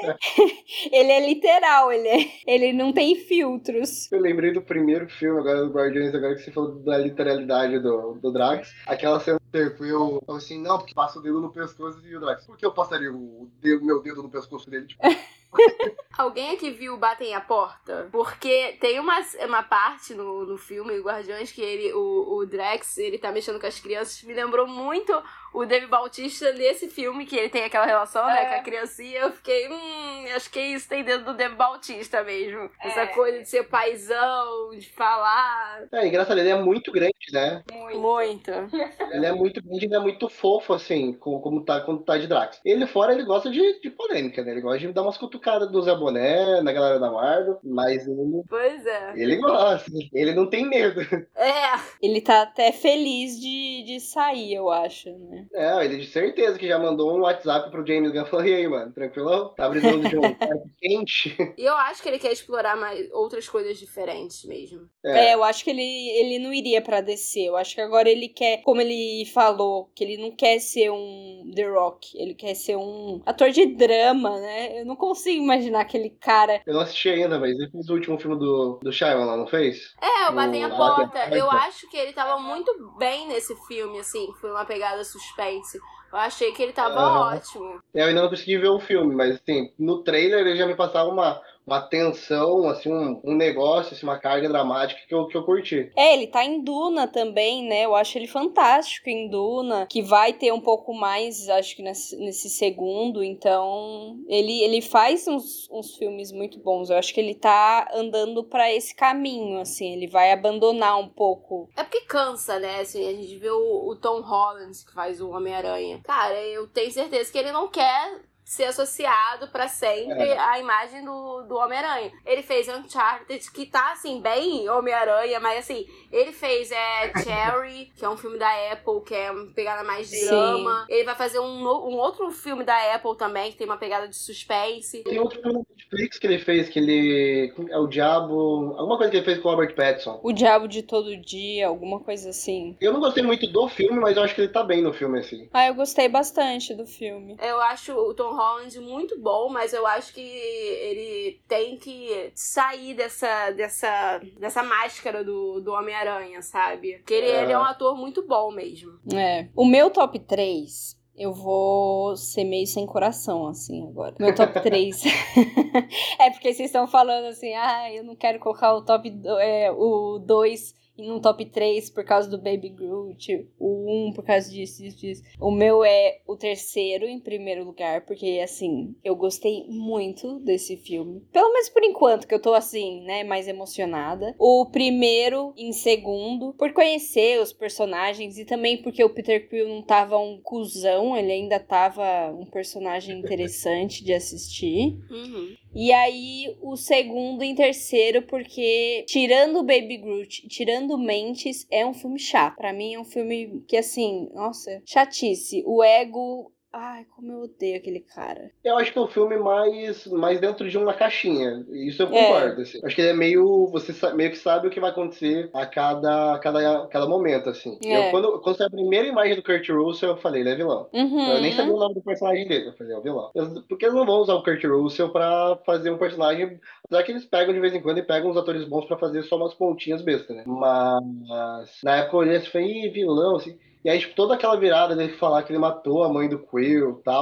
ele é literal, ele, é, ele não tem filtros. Eu lembrei do primeiro filme, agora do Guardiões, agora que você falou da literalidade do, do Drax. Aquela cena que eu falei assim, não, porque passa o dedo no pescoço e o Drax. Por que eu passaria o dedo, meu dedo no pescoço dele? Tipo, Alguém aqui viu Batem a Porta? Porque tem uma, uma parte no, no filme Guardiões que ele, o, o Drax, ele tá mexendo com as crianças. Me lembrou muito o Dave Bautista nesse filme, que ele tem aquela relação, né, É. com a criancinha. Eu fiquei, hum, acho que isso tem dentro do Dave Bautista mesmo. Essa É. coisa de ser paizão, de falar. é engraçado, ele é muito grande, né? Muito. Ele é muito grande e ele é muito fofo, assim, como, como tá, quando tá de Drax. Ele fora, ele gosta de, de polêmica, né? Ele gosta de dar umas cutucadas do Zé Boné, na galera da Marvel, mas ele, Pois é. ele gosta, ele não tem medo. É. Ele tá até feliz de, de sair, eu acho, né? É, ele de certeza que já mandou um WhatsApp pro James Gunn e falou, e aí, mano, tranquilão? Tá precisando de um quarto quente? E eu acho que ele quer explorar mais outras coisas diferentes mesmo. É, eu acho que ele, ele não iria pra D C. Eu acho que agora ele quer, como ele falou, que ele não quer ser um The Rock. Ele quer ser um ator de drama, né? Eu não consigo imaginar aquele cara. Eu não assisti ainda, mas ele fez o último filme do, do Shyamalan, não fez? É, o Batem a O- Porta. Ah, Eu tá. acho que ele tava muito bem nesse filme, assim. Foi uma pegada suspense. Eu achei que ele tava Aham. ótimo. Eu ainda não consegui ver o filme, mas assim, no trailer ele já me passava uma, uma tensão, assim, um, um negócio, assim, uma carga dramática que eu, que eu curti. É, ele tá em Duna também, né? Eu acho ele fantástico em Duna, que vai ter um pouco mais, acho que nesse, nesse segundo, então ele, ele faz uns, uns filmes muito bons. Eu acho que ele tá andando pra esse caminho, assim, ele vai abandonar um pouco. É porque cansa, né? Assim, a gente vê o, o Tom Holland, que faz o Homem-Aranha. Cara, eu tenho certeza que ele não quer ser associado pra sempre É. à imagem do, do Homem-Aranha. Ele fez Uncharted, que tá, assim, bem Homem-Aranha, mas, assim, ele fez é, Cherry, que é um filme da Apple, que é uma pegada mais de Sim. drama. Ele vai fazer um, no- um outro filme da Apple também, que tem uma pegada de suspense. Tem outro filme no Netflix que ele fez, que ele... É o Diabo... Alguma coisa que ele fez com o Robert Pattinson. O Diabo de Todo Dia, alguma coisa assim. Eu não gostei muito do filme, mas eu acho que ele tá bem no filme, assim. Ah, eu gostei bastante do filme. Eu acho o Tom Holland muito bom, mas eu acho que ele tem que sair dessa, dessa, dessa máscara do, do Homem-Aranha, sabe? Porque ele, É. ele é um ator muito bom mesmo. É. O meu top três, eu vou ser meio sem coração, assim, agora. Meu top três. É porque vocês estão falando assim, ah, eu não quero colocar o top do- é, o dois no top três por causa do Baby Groot, o um por causa disso, disso, disso. O meu é o terceiro em primeiro lugar, porque, assim, eu gostei muito desse filme. Pelo menos por enquanto, que eu tô, assim, né, mais emocionada. O primeiro em segundo, por conhecer os personagens e também porque o Peter Quill não tava um cuzão, ele ainda tava um personagem interessante de assistir. Uhum. E aí, o segundo em terceiro, porque tirando o Baby Groot, tirando Mentes, é um filme chato. Pra mim, é um filme que, assim, nossa, chatice. O ego... Ai, como eu odeio aquele cara. Eu acho que é um filme mais, mais dentro de uma caixinha. Isso eu É. concordo, assim. Acho que ele é meio... Você sa- meio que sabe o que vai acontecer a cada, cada, cada momento, assim. É. Eu, quando, quando saiu a primeira imagem do Kurt Russell, eu falei, ele é vilão. Uhum. Eu nem sabia o nome do personagem dele. Eu falei, é o vilão. Eu- Porque eles não vão usar o Kurt Russell pra fazer um personagem... Apesar que eles pegam de vez em quando e pegam uns atores bons pra fazer só umas pontinhas bestas, né? Mas... Na época eu olhei assim, e falei, ih, vilão, assim... E aí, tipo, toda aquela virada dele falar que ele matou a mãe do Quill e tal...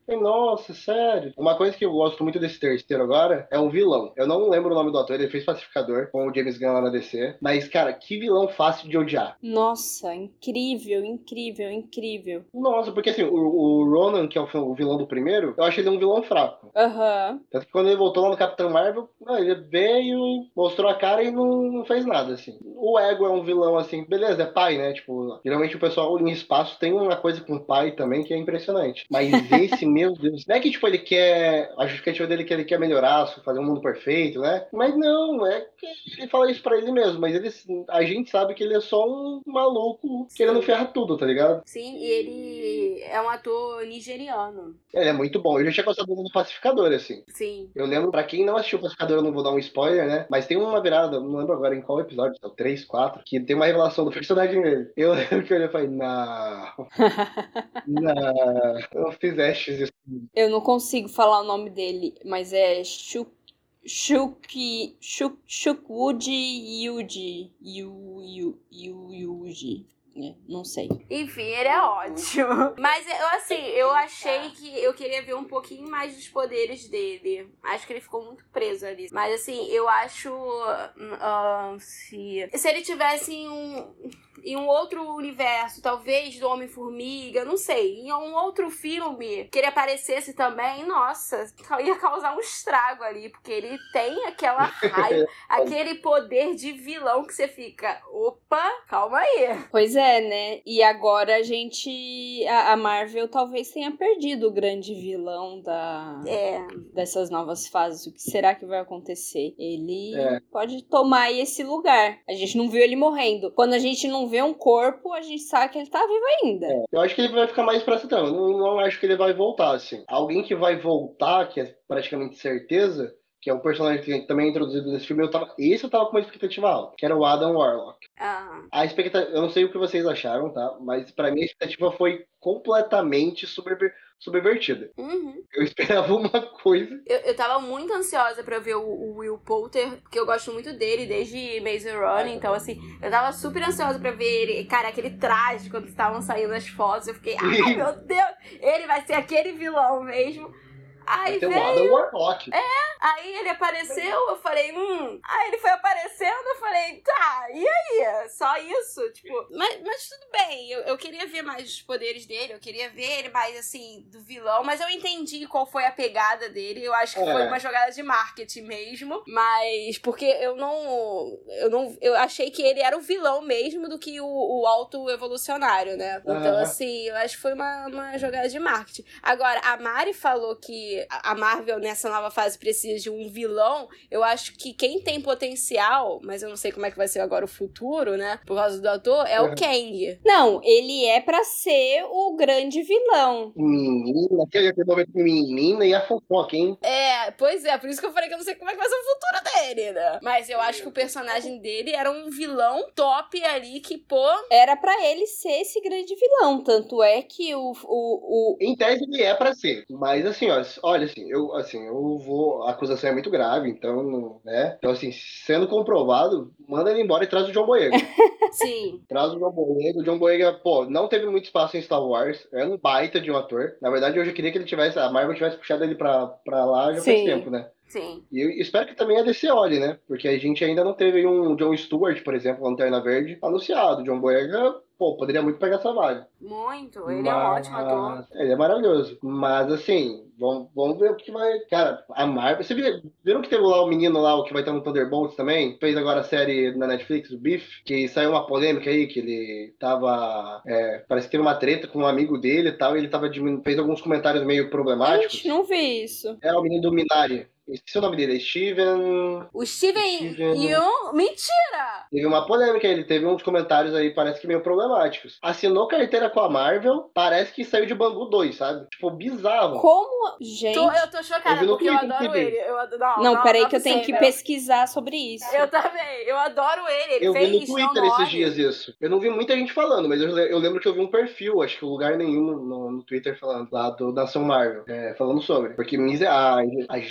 Falei, nossa, sério. Uma coisa que eu gosto muito desse terceiro agora é um vilão. Eu não lembro o nome do ator, ele fez Pacificador com o James Gunn lá na D C. Mas, cara, que vilão fácil de odiar. Nossa, incrível, incrível, incrível. Nossa, porque assim, o, o Ronan, que é o, o vilão do primeiro, eu acho ele um vilão fraco. Aham. Tanto que quando ele voltou lá no Capitão Marvel, não, ele veio, mostrou a cara e não, não fez nada, assim. O Ego é um vilão, assim, beleza, é pai, né? Tipo, geralmente o pessoal em espaço tem uma coisa com pai também que é impressionante. Mas esse, meu Deus, não é que, tipo, ele quer, a justificativa dele é que ele quer melhorar, fazer um mundo perfeito, né? Mas não, é que ele fala isso pra ele mesmo, mas ele, a gente sabe que ele é só um maluco querendo ferrar tudo, tá ligado? Sim, e ele é um ator nigeriano. Ele é muito bom. Eu já tinha gostado do Pacificador, assim. Sim. Eu lembro, pra quem não assistiu o Pacificador, eu não vou dar um spoiler, né? Mas tem uma virada, não lembro agora em qual episódio, é o três, quatro, que tem uma revelação do personagem dele. Eu lembro que eu olhei e falei, não. Não, não fizeste isso. Eu não consigo falar o nome dele, mas é Shuk... Shuk... Shuk... Shukwood Yuji. Yu... Yu... Yu... Yuji. É, não sei. Enfim, ele é ótimo. Mas, eu, assim, eu achei que eu queria ver um pouquinho mais dos poderes dele. Acho que ele ficou muito preso ali. Mas, assim, eu acho... Uh, se, se ele tivesse em um, em um outro universo, talvez do Homem-Formiga, não sei. Em um outro filme que ele aparecesse também, nossa, ia causar um estrago ali. Porque ele tem aquela raiva, aquele poder de vilão que você fica... Opa, calma aí. Pois é. É, né? E agora a gente... A, a Marvel talvez tenha perdido o grande vilão da, é. dessas novas fases. O que será que vai acontecer? Ele é. pode tomar aí esse lugar. A gente não viu ele morrendo. Quando a gente não vê um corpo, a gente sabe que ele tá vivo ainda. É. Eu acho que ele vai ficar mais pra setembro. Não, não acho que ele vai voltar, assim. Alguém que vai voltar, que é praticamente certeza... que é um personagem que também é introduzido nesse filme, eu tava, esse eu tava com uma expectativa alta, que era o Adam Warlock. Ah. A expectativa, eu não sei o que vocês acharam, tá? Mas pra mim a expectativa foi completamente subver, subvertida. Uhum. Eu esperava uma coisa. Eu, eu tava muito ansiosa pra ver o, o Will Poulter, porque eu gosto muito dele desde Maze Runner, então assim, eu tava super ansiosa pra ver ele, cara, aquele traje quando estavam saindo as fotos, eu fiquei, ai meu Deus, ele vai ser aquele vilão mesmo. Aí Vai ter veio... o Adam Warlock. É, aí ele apareceu, eu falei, hum. Aí ele foi aparecendo, eu falei, tá, e aí? Só isso? Tipo, mas, mas tudo bem, eu, eu queria ver mais os poderes dele, eu queria ver ele mais, assim, do vilão, mas eu entendi qual foi a pegada dele, eu acho que É. foi uma jogada de marketing mesmo, mas porque eu não, eu não, eu achei que ele era o vilão mesmo do que o, o auto-evolucionário, né? Então, Aham. assim, eu acho que foi uma, uma jogada de marketing. Agora, a Mari falou que a Marvel nessa nova fase precisa de um vilão. Eu acho que quem tem potencial, mas eu não sei como é que vai ser agora o futuro, né? Por causa do ator, é o Kang. Não, ele é pra ser o grande vilão. Menina, aquele momento com menina e a fofoca, hein? É, pois é, por isso que eu falei que eu não sei como é que vai ser o futuro dele, né? Mas eu acho que o personagem dele era um vilão top ali que, pô... Era pra ele ser esse grande vilão. Tanto é que o... o, o... Em tese ele é pra ser. Mas assim, ó, olha assim, eu, assim, eu vou. A acusação é muito grave, então, né? Então, assim, sendo comprovado, manda ele embora e traz o John Boyega. Sim. Traz o John Boyega. O John Boyega, pô, não teve muito espaço em Star Wars. É um baita de um ator. Na verdade, eu já queria que ele tivesse. A Marvel tivesse puxado ele pra, pra lá já faz Sim. tempo, né? Sim. E eu espero que também a D C olhe, né? Porque a gente ainda não teve um John Stewart, por exemplo, Lanterna Verde, anunciado. O John Boyega, pô, poderia muito pegar essa vaga. Muito. Ele Mas... é um ótimo ator. Ele é maravilhoso. Mas, assim, vamos, vamos ver o que vai... Cara, a Marvel... Vocês viram, viram que teve lá o menino lá, o que vai estar no Thunderbolts também? Fez agora a série na Netflix, o Biff, que saiu uma polêmica aí, que ele tava... É, parece que teve uma treta com um amigo dele e tal, e ele tava diminu... fez alguns comentários meio problemáticos. Gente, não vi isso. É o menino do Minari. Esqueci o nome dele, é Steven... O Steven Steven- Yeun... Mentira! Teve uma polêmica, ele teve uns comentários aí, parece que meio problemáticos. Assinou carteira com a Marvel, parece que saiu de Bangu dois, sabe? Tipo, bizarro. Como? Gente... Tô- eu tô chocada, Eu vi no porque eu Twitter adoro que ele. Eu adoro... Não, Não, não, peraí não que eu tenho que possível. pesquisar sobre isso. Eu também, eu adoro ele. Ele Eu vi fez no Twitter Não esses Nome. dias isso. Eu não vi muita gente falando, mas eu, le- eu lembro que eu vi um perfil, acho que lugar nenhum no, no Twitter falando, lá do Nação Marvel, é, falando sobre. Porque mise- a, a gente tem uns casos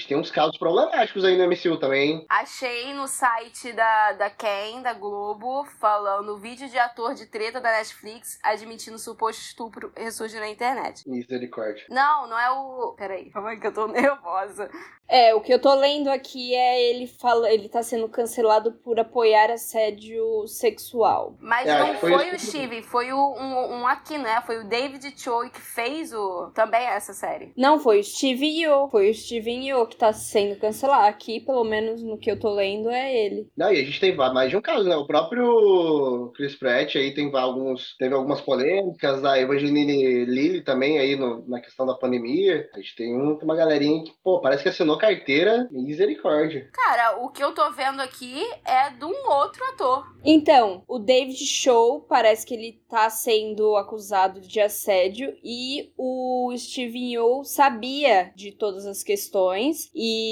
casos problemáticos aí no M C U também, hein? Achei no site da, da Ken, da Globo, falando vídeo de ator de treta da Netflix admitindo suposto estupro ressurge na internet. Misericórdia. Não, não é o... Peraí, calma aí que eu tô nervosa. É, o que eu tô lendo aqui é ele fala, ele tá sendo cancelado por apoiar assédio sexual. Mas É, não foi foi, isso o que- Steve, foi o, um, um aqui, né? Foi o David Choi que fez o também essa série. Não, foi o Steve Yeun. Foi o Steven Yeun que tá sendo cancelado. Aqui, pelo menos no que eu tô lendo, é ele. Não, e a gente tem mais de um caso, né? O próprio Chris Pratt aí tem alguns, teve algumas polêmicas, a Evangeline Lilly também aí no- na questão da pandemia. A gente tem um- uma galerinha que, pô, parece que assinou carteira, misericórdia. Cara, o que eu tô vendo aqui é de um outro ator. Então, o David Show parece que ele tá sendo acusado de assédio e o Steven Yeun sabia de todas as questões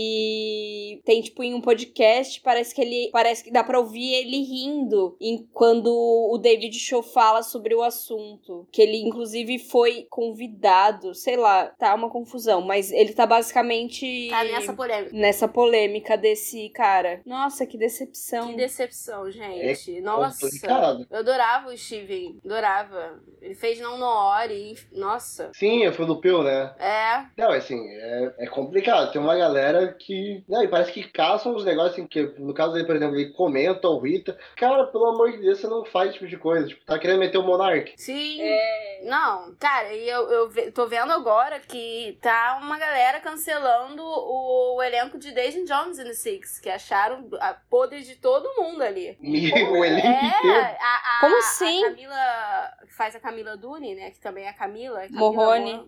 e tem, tipo, em um podcast, parece que ele, parece que dá pra ouvir ele rindo em, quando o David Show fala sobre o assunto, que ele, inclusive, foi convidado, sei lá, tá uma confusão, mas ele tá basicamente... Tá nessa polêmica. nessa polêmica desse cara. Nossa, que decepção. Que decepção, gente. Nossa. Complicado. Eu adorava o Steven. Adorava. Ele fez Não Noore. e- Nossa. Sim, foi do Peu, né? É. Não, assim, é, é complicado. Tem uma galera que. Não, e parece que caçam os negócios, assim, que no caso dele, por exemplo, ele comenta ou irrita. Cara, pelo amor de Deus, você não faz esse tipo de coisa. Tipo, tá querendo meter o Monark. Sim. Não, cara, e eu, eu ve- tô vendo agora que tá uma galera cancelando o, o elenco de Daisy Jones and the Six, que acharam a podre de todo mundo ali. E o elenco É, inteiro. a, a, Como assim? A Camila, que faz a Camila Dune, né, que também é a Camila. Camila Morrone. Morrone,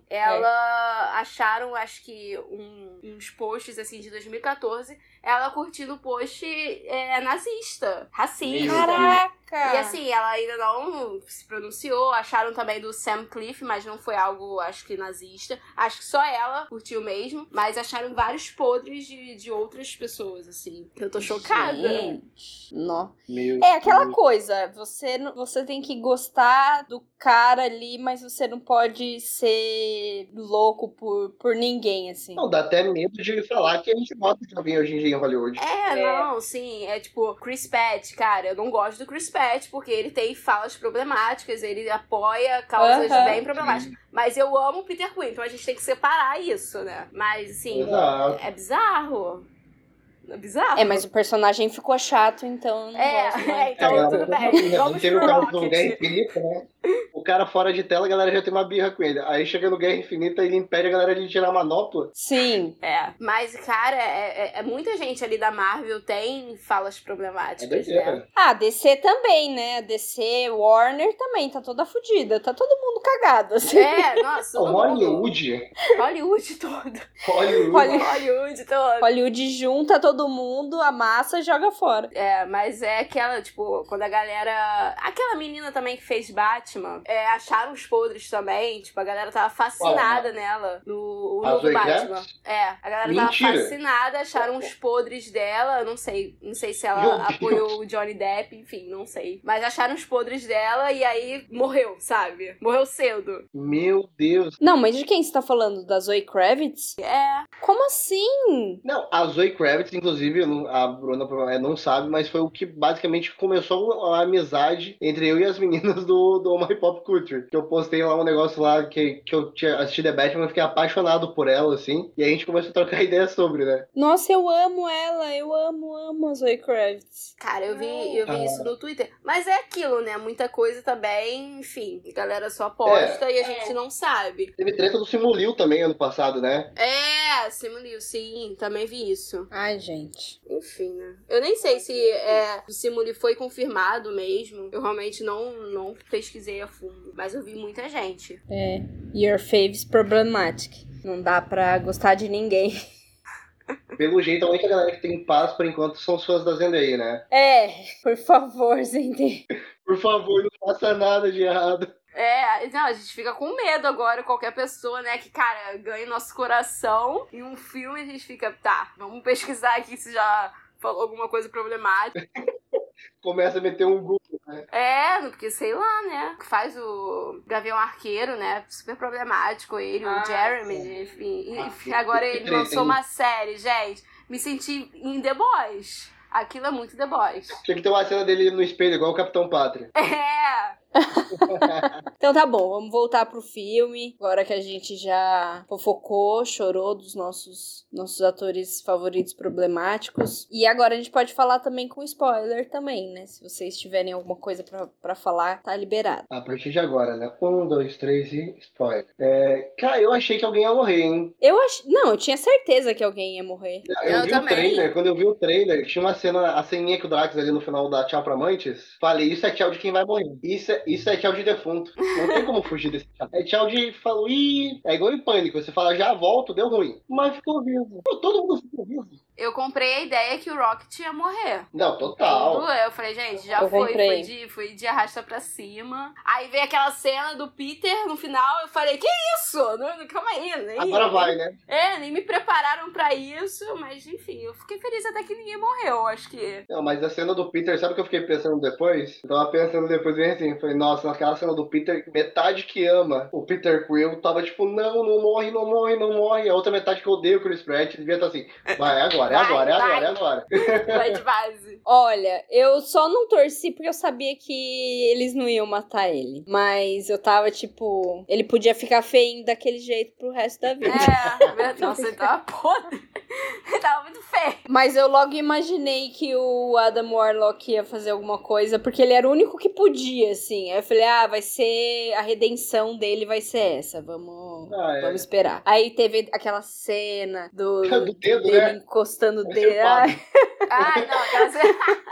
ela acharam, acho que, um- uns posts, assim, de dois mil e catorze, ela curtindo o post é, nazista, racista. Caraca! E assim, ela ainda não se pronunciou. Acharam também do Sam Cliff, mas não foi algo, acho que, nazista. Acho que só ela curtiu mesmo. Mas acharam vários podres de, de outras pessoas, assim. Eu tô chocada. Gente, nó. Meu É aquela Deus. coisa, você, não- você tem que gostar do cara ali, mas você não pode ser louco por, por ninguém, assim. Não, dá até medo de falar que a gente gosta de alguém hoje em dia em Hollywood. É, não, sim. É tipo, Chris Pratt, cara, eu não gosto do Chris Pratt porque ele tem falas problemáticas, ele apoia causas Aham. bem problemáticas. Mas eu amo o Peter Quill, então a gente tem que separar isso, né? Mas, assim, Exato. é bizarro. É bizarro. É, mas o personagem ficou chato, então eu não É, gosto é, mais. então É, tudo galera, bem. já Vamos teve pro o caso do Rocket. Guerra Infinita, né? O cara fora de tela, a galera já tem uma birra com ele. Aí chega no Guerra Infinita, ele impede a galera de tirar a manopla. Sim. É, mas, cara, é, é- é muita gente ali da Marvel tem falas É problemáticas, doideira. né? Ah, D C também, né? D C, Warner também, tá toda fodida. Tá todo mundo cagado, assim. É, nossa, O todo mundo- Hollywood. Hollywood todo. Hollywood. Holly- Hollywood todo. Hollywood junta todo mundo, amassa e joga fora. É, mas é aquela, tipo, quando a galera... Aquela menina também que fez Batman, é, acharam os podres também, tipo, a galera tava fascinada nela no o A novo Zoe Batman. Kravitz? É, a galera Mentira. tava fascinada, acharam os podres dela, eu não sei, não sei se ela Meu Deus. apoiou o Johnny Depp, enfim, não sei. Mas acharam os podres dela e aí morreu, sabe? Morreu cedo. Meu Deus. Não, mas de quem você tá falando? Da Zoe Kravitz? É, Como assim? Não, a Zoe Kravitz, inclusive, eu não- a Bruna provavelmente não sabe, mas foi o que basicamente começou a amizade entre eu e as meninas do, do My Pop Culture. Que eu postei lá um negócio lá que, que eu tinha assistido The Batman, eu fiquei apaixonado por ela, assim. E aí a gente começou a trocar ideia sobre, né? Nossa, eu amo ela. Eu amo, amo a Zoe Kravitz. cara, eu vi, eu vi Ah. isso no Twitter. Mas é aquilo, né? Muita coisa também, enfim, a galera só posta e a gente não sabe. Teve treta do Simulil também ano passado, né? É, Simulio, sim, também vi isso. Ai, gente. Enfim, né? Eu nem sei se é, o Simuli foi confirmado mesmo. Eu realmente não, não pesquisei a fundo. Mas eu vi muita gente. É. Your faves problematic. Não dá pra gostar de ninguém. Pelo jeito, a única galera que tem paz por enquanto são os fãs da Zendaya, né? É, por favor, Zendaya. Por favor, não faça nada de errado. É, não, a gente fica com medo agora, qualquer pessoa, né, que, cara, ganha nosso coração em um filme, a gente fica, tá, vamos pesquisar aqui se já falou alguma coisa problemática. Começa a meter um Google, né? É, porque sei lá, né, que faz o Gavião Arqueiro, né, super problemático ele, Ah, o Jeremy, enfim, Ah, enfim, agora que ele treta, lançou hein? uma série, gente. me senti em The Boys. Aquilo é muito The Boys. Tinha que ter uma cena dele no espelho, igual o Capitão Pátria. É! Então tá bom, vamos voltar pro filme. Agora que a gente já fofocou, chorou dos nossos, nossos atores favoritos problemáticos. E agora a gente pode falar também com spoiler também, né? Se vocês tiverem alguma coisa pra, pra falar, tá liberado. A partir de agora, né? Um, dois, três e spoiler. É... Cara, eu achei que alguém ia morrer, hein? Eu ach... Não, eu tinha certeza que alguém ia morrer. Eu, Eu vi também. o trailer, quando eu vi o trailer, tinha uma cena, a ceninha que o Drax ali no final dá tchau pra Mantis. Falei, isso é tchau de quem vai morrer. Isso é, isso é tchau de defunto. Não tem como fugir desse tchau. É tchau de falou, ih, é igual em Pânico. Você fala, já volto, deu ruim. Mas ficou vivo. Pô, todo mundo ficou vivo. Eu comprei a ideia que o Rocket ia morrer. Não, total. Tudo, eu falei, gente, já Eu foi, comprei. foi de, foi de arrasta pra cima. Aí veio aquela cena do Peter no final, eu falei, que isso? Não, calma aí. Nem, Agora vai, né? É, nem me prepararam pra isso, mas enfim, eu fiquei feliz até que ninguém morreu, acho que... Não, mas a cena do Peter, sabe o que eu fiquei pensando depois? Eu tava pensando depois bem assim, falei, nossa, naquela cena do Peter, metade que ama o Peter Quill tava tipo, não, não morre, não morre, não morre. A outra metade que odeia o Chris Pratt devia estar assim, vai, é agora, é Vai, agora, é vai. agora, é agora. Vai de base. Olha, eu só não torci porque eu sabia que eles não iam matar ele. Mas eu tava tipo, ele podia ficar feio daquele jeito pro resto da vida. É, verdade. Nossa, ele tava podre. Ele tava muito feio. Mas eu logo imaginei que o Adam Warlock ia fazer alguma coisa, porque ele era o único que podia, assim. Aí eu falei, ah, vai ser... A redenção dele vai ser essa, vamos, Ah, é. vamos esperar. Aí teve aquela cena do, Do dedo, dele né? encostando o Vai dedo. ser foda. Ai, Ai, não, aquela cena...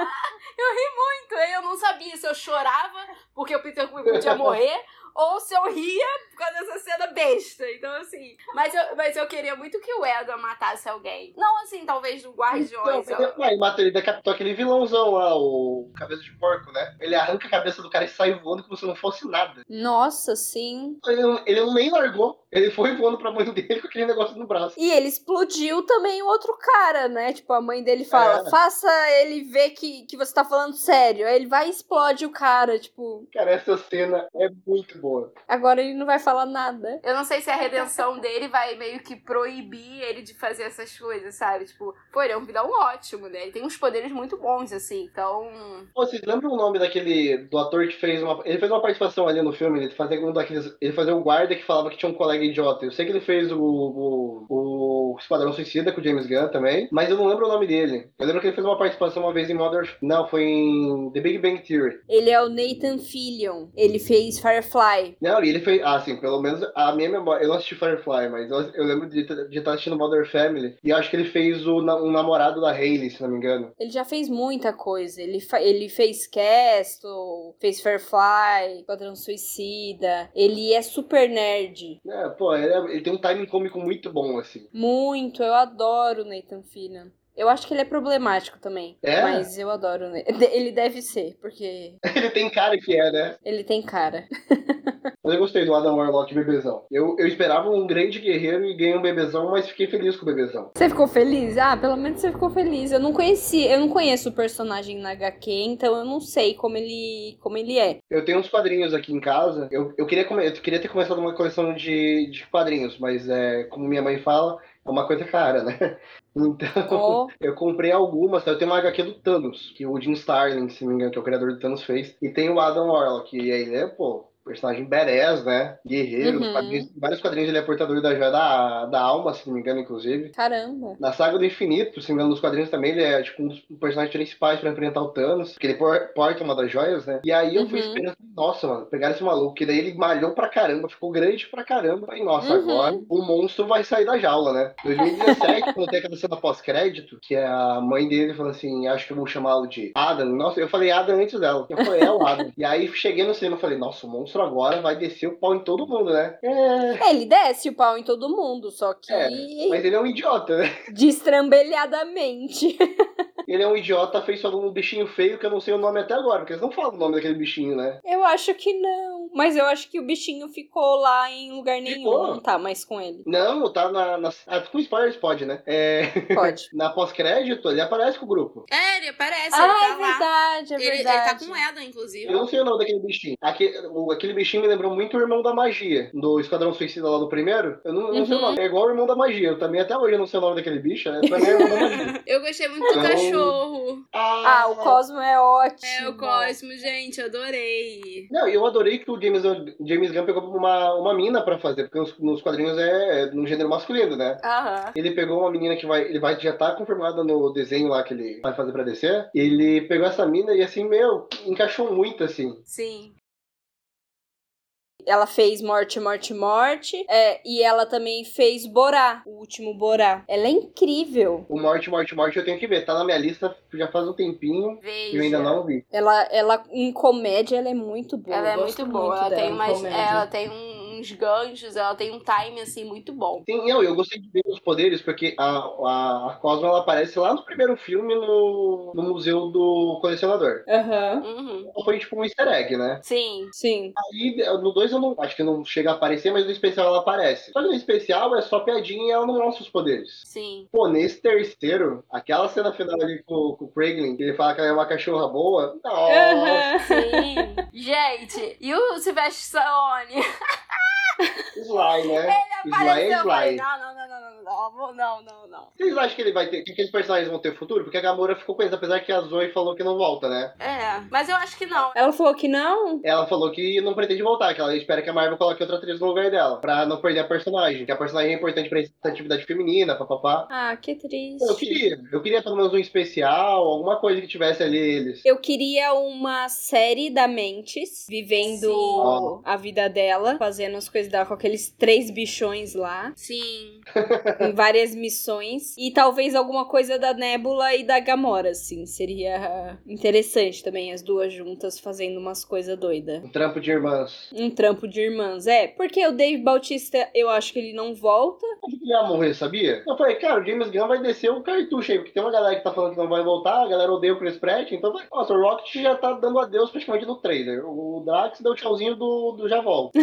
Eu ri muito, eu não sabia se eu chorava porque o Peter Quill podia morrer ou se eu ria por causa dessa cena besta. Então, assim... Mas eu, mas eu queria muito que o Edward matasse alguém. Não, assim, talvez no Guardiões. Então, eu... ele, mata, ele decapitou aquele vilãozão lá, o cabeça de porco, né? Ele arranca a cabeça do cara e sai voando como se não fosse nada. nossa, sim. Ele, não- ele não nem largou. Ele foi voando pra mãe dele com aquele negócio no braço. E ele explodiu também o outro cara, né? Tipo, a mãe dele fala, É. faça ele ver que, que você tá falando sério. Aí ele vai e explode o cara, tipo... Cara, essa cena é muito boa. Agora ele não vai falar nada. Eu não sei se a redenção dele vai meio que proibir ele de fazer essas coisas, sabe? Tipo, pô, ele é um vilão ótimo, né? Ele tem uns poderes muito bons, assim, então... Pô, vocês lembram o nome daquele... Do ator que fez uma... Ele fez uma participação ali no filme, ele fazia um daqueles... Ele fazia um guarda que falava que tinha um colega idiota. Eu sei que ele fez o... O, o Esquadrão Suicida com o James Gunn também, mas eu não lembro o nome dele. Eu lembro que ele fez uma participação uma vez em Modern... Não, foi em The Big Bang Theory. Ele é o Nathan Fillion. Ele fez Firefly. Não, e ele fez... Ah, sim, pelo menos a minha memória... Eu não assisti Firefly, mas eu, eu lembro de de estar assistindo Modern Family, e eu acho que ele fez o na- um namorado da Hailey, se não me engano. Ele já fez muita coisa. Ele, fa- ele fez Castle, fez Firefly, Esquadrão Suicida. Ele é super nerd. É, pô, ele, é- ele tem um timing cômico muito bom, assim. Muito. Eu adoro o Nathan Fillion. Eu acho que ele é problemático também. É? Mas eu adoro. Ne- Ele deve ser, porque Ele tem cara que é, né? ele tem cara. Mas eu gostei do Adam Warlock bebezão. Eu, eu esperava um grande guerreiro e ganhei um bebezão, mas fiquei feliz com o bebezão. Você ficou feliz? Ah, pelo menos você ficou feliz. Eu não conheci, eu não conheço o personagem na agá quê, então eu não sei como ele, como ele é. Eu tenho uns quadrinhos aqui em casa. Eu, eu, queria, come- eu queria ter começado uma coleção de, de quadrinhos, mas é, como minha mãe fala, é uma coisa cara, né? Então, Ó. eu comprei algumas. Eu tenho uma agá quê do Thanos, que o Jim Starlin, se não me engano, que é o criador do Thanos, fez. E tem o Adam Warlock, e aí, né, pô, personagem badass, né? Guerreiro, Uhum. quadrinhos- vários quadrinhos ele é portador da joia da, da alma, se não me engano, inclusive. Caramba. Na saga do infinito, se não me engano, nos quadrinhos também, ele é tipo um dos personagens principais pra enfrentar o Thanos, porque ele por- porta uma das joias, né? E aí eu fui Uhum. esperando, nossa, mano, pegaram esse maluco, que daí ele malhou pra caramba, ficou grande pra caramba. Aí, nossa, Uhum. agora o monstro vai sair da jaula, né? dois mil e dezessete, quando tem aquela cena pós-crédito, que a mãe dele falou assim, acho que eu vou chamá-lo de Adam. Nossa, eu falei Adam antes dela. Eu falei, é o Adam. E aí cheguei no cinema e falei, nossa, o monstro agora vai descer o pau em todo mundo, né? É. É, ele desce o pau em todo mundo, só que É, mas ele é um idiota, né? destrambelhadamente. Ele é um idiota afeiçoado num bichinho feio que eu não sei o nome até agora, porque eles não falam o nome daquele bichinho, né? Eu acho que não, mas eu acho que o bichinho ficou lá em lugar nenhum. Ficou? Não tá mais com ele. Não, tá na... na... Ah, com spoilers pode, né? É... Pode. Na pós-crédito, ele aparece com o grupo. É, ele aparece, Ah, ele tá é lá. verdade, é Ele, ele verdade. tá com o Edon, inclusive. Eu não sei o nome daquele bichinho. Aquele, o, aquele bichinho me lembrou muito o Irmão da Magia, do Esquadrão Suicida lá do primeiro. Eu não, eu não sei o Uhum. nome. É igual o Irmão da Magia. Eu também até hoje eu não sei o nome daquele bicho. É, pra mim é o Irmão da Magia. Eu gostei muito do Então- cachorro. Ah, o Cosmo é ótimo. É, o Cosmo, gente, adorei. Não, eu adorei que o James, James Gunn pegou uma, uma mina pra fazer, porque nos, nos quadrinhos é, é no gênero masculino, né? Aham. Ele pegou uma menina que vai, ele vai já tá confirmada no desenho lá que ele vai fazer pra descer. Ele pegou essa mina e assim, meu, encaixou muito assim. Sim. Ela fez Morte, Morte, Morte. É, e ela também fez Borá, o último Borá. Ela é incrível. O Morte, Morte, Morte eu tenho que ver. Tá na minha lista já faz um tempinho Veja. e eu ainda não vi. Ela, ela em comédia, ela é muito boa. Ela é Eu gosto muito boa. Ela dela tem, em umas, comédia. ela tem uns ganchos, ela tem um time, assim, muito bom. Sim, eu, eu gostei de ver os poderes, porque a, a, a Cosmo ela aparece lá no primeiro filme no, no Museu do Colecionador. Aham. Uhum. Então foi tipo um easter egg, né? Sim. Sim. Aí no dois eu não. Acho que não chega a aparecer, mas no especial ela aparece. Só que no especial é só piadinha e ela não mostra os poderes. Sim. Pô, nesse terceiro, aquela cena final ali com, com o Kraglin, que ele fala que ela é uma cachorra boa. Nossa! Aham. Sim. Gente, e o Sylvester Stallone? Sly, né? Sly é Apareceu, eu falei, Sly. não, não, não, não, não, não, não, não, não. Vocês acham que ele vai ter. Que aqueles personagens vão ter futuro? Porque a Gamora ficou com eles, apesar que a Zoe falou que não volta, né? É, mas eu acho que não. Ela falou que não? Ela falou que não pretende voltar, que ela espera que a Marvel coloque outra atriz no lugar dela, pra não perder a personagem, que a personagem é importante pra atividade feminina, papapá. Ah, que triste. Eu queria, eu queria pelo menos um especial, alguma coisa que tivesse ali eles. Eu queria uma série da Mentes, vivendo Sim. a vida dela, fazendo as coisas dela com aqueles três bichões lá, Sim. em várias missões. E talvez alguma coisa da Nebula e da Gamora, assim. Seria interessante também, as duas juntas fazendo umas coisas doidas. Um trampo de irmãs. Um trampo de irmãs. É, porque o Dave Bautista, eu acho que ele não volta. Eu achei que ele ia morrer, sabia? Eu falei, cara, o James Gunn vai descer o cartucho aí, porque tem uma galera que tá falando que não vai voltar, a galera odeia o Chris Pratt, então vai. Nossa, o Rocket já tá dando adeus praticamente no trailer. O Drax deu o tchauzinho do, do já volta.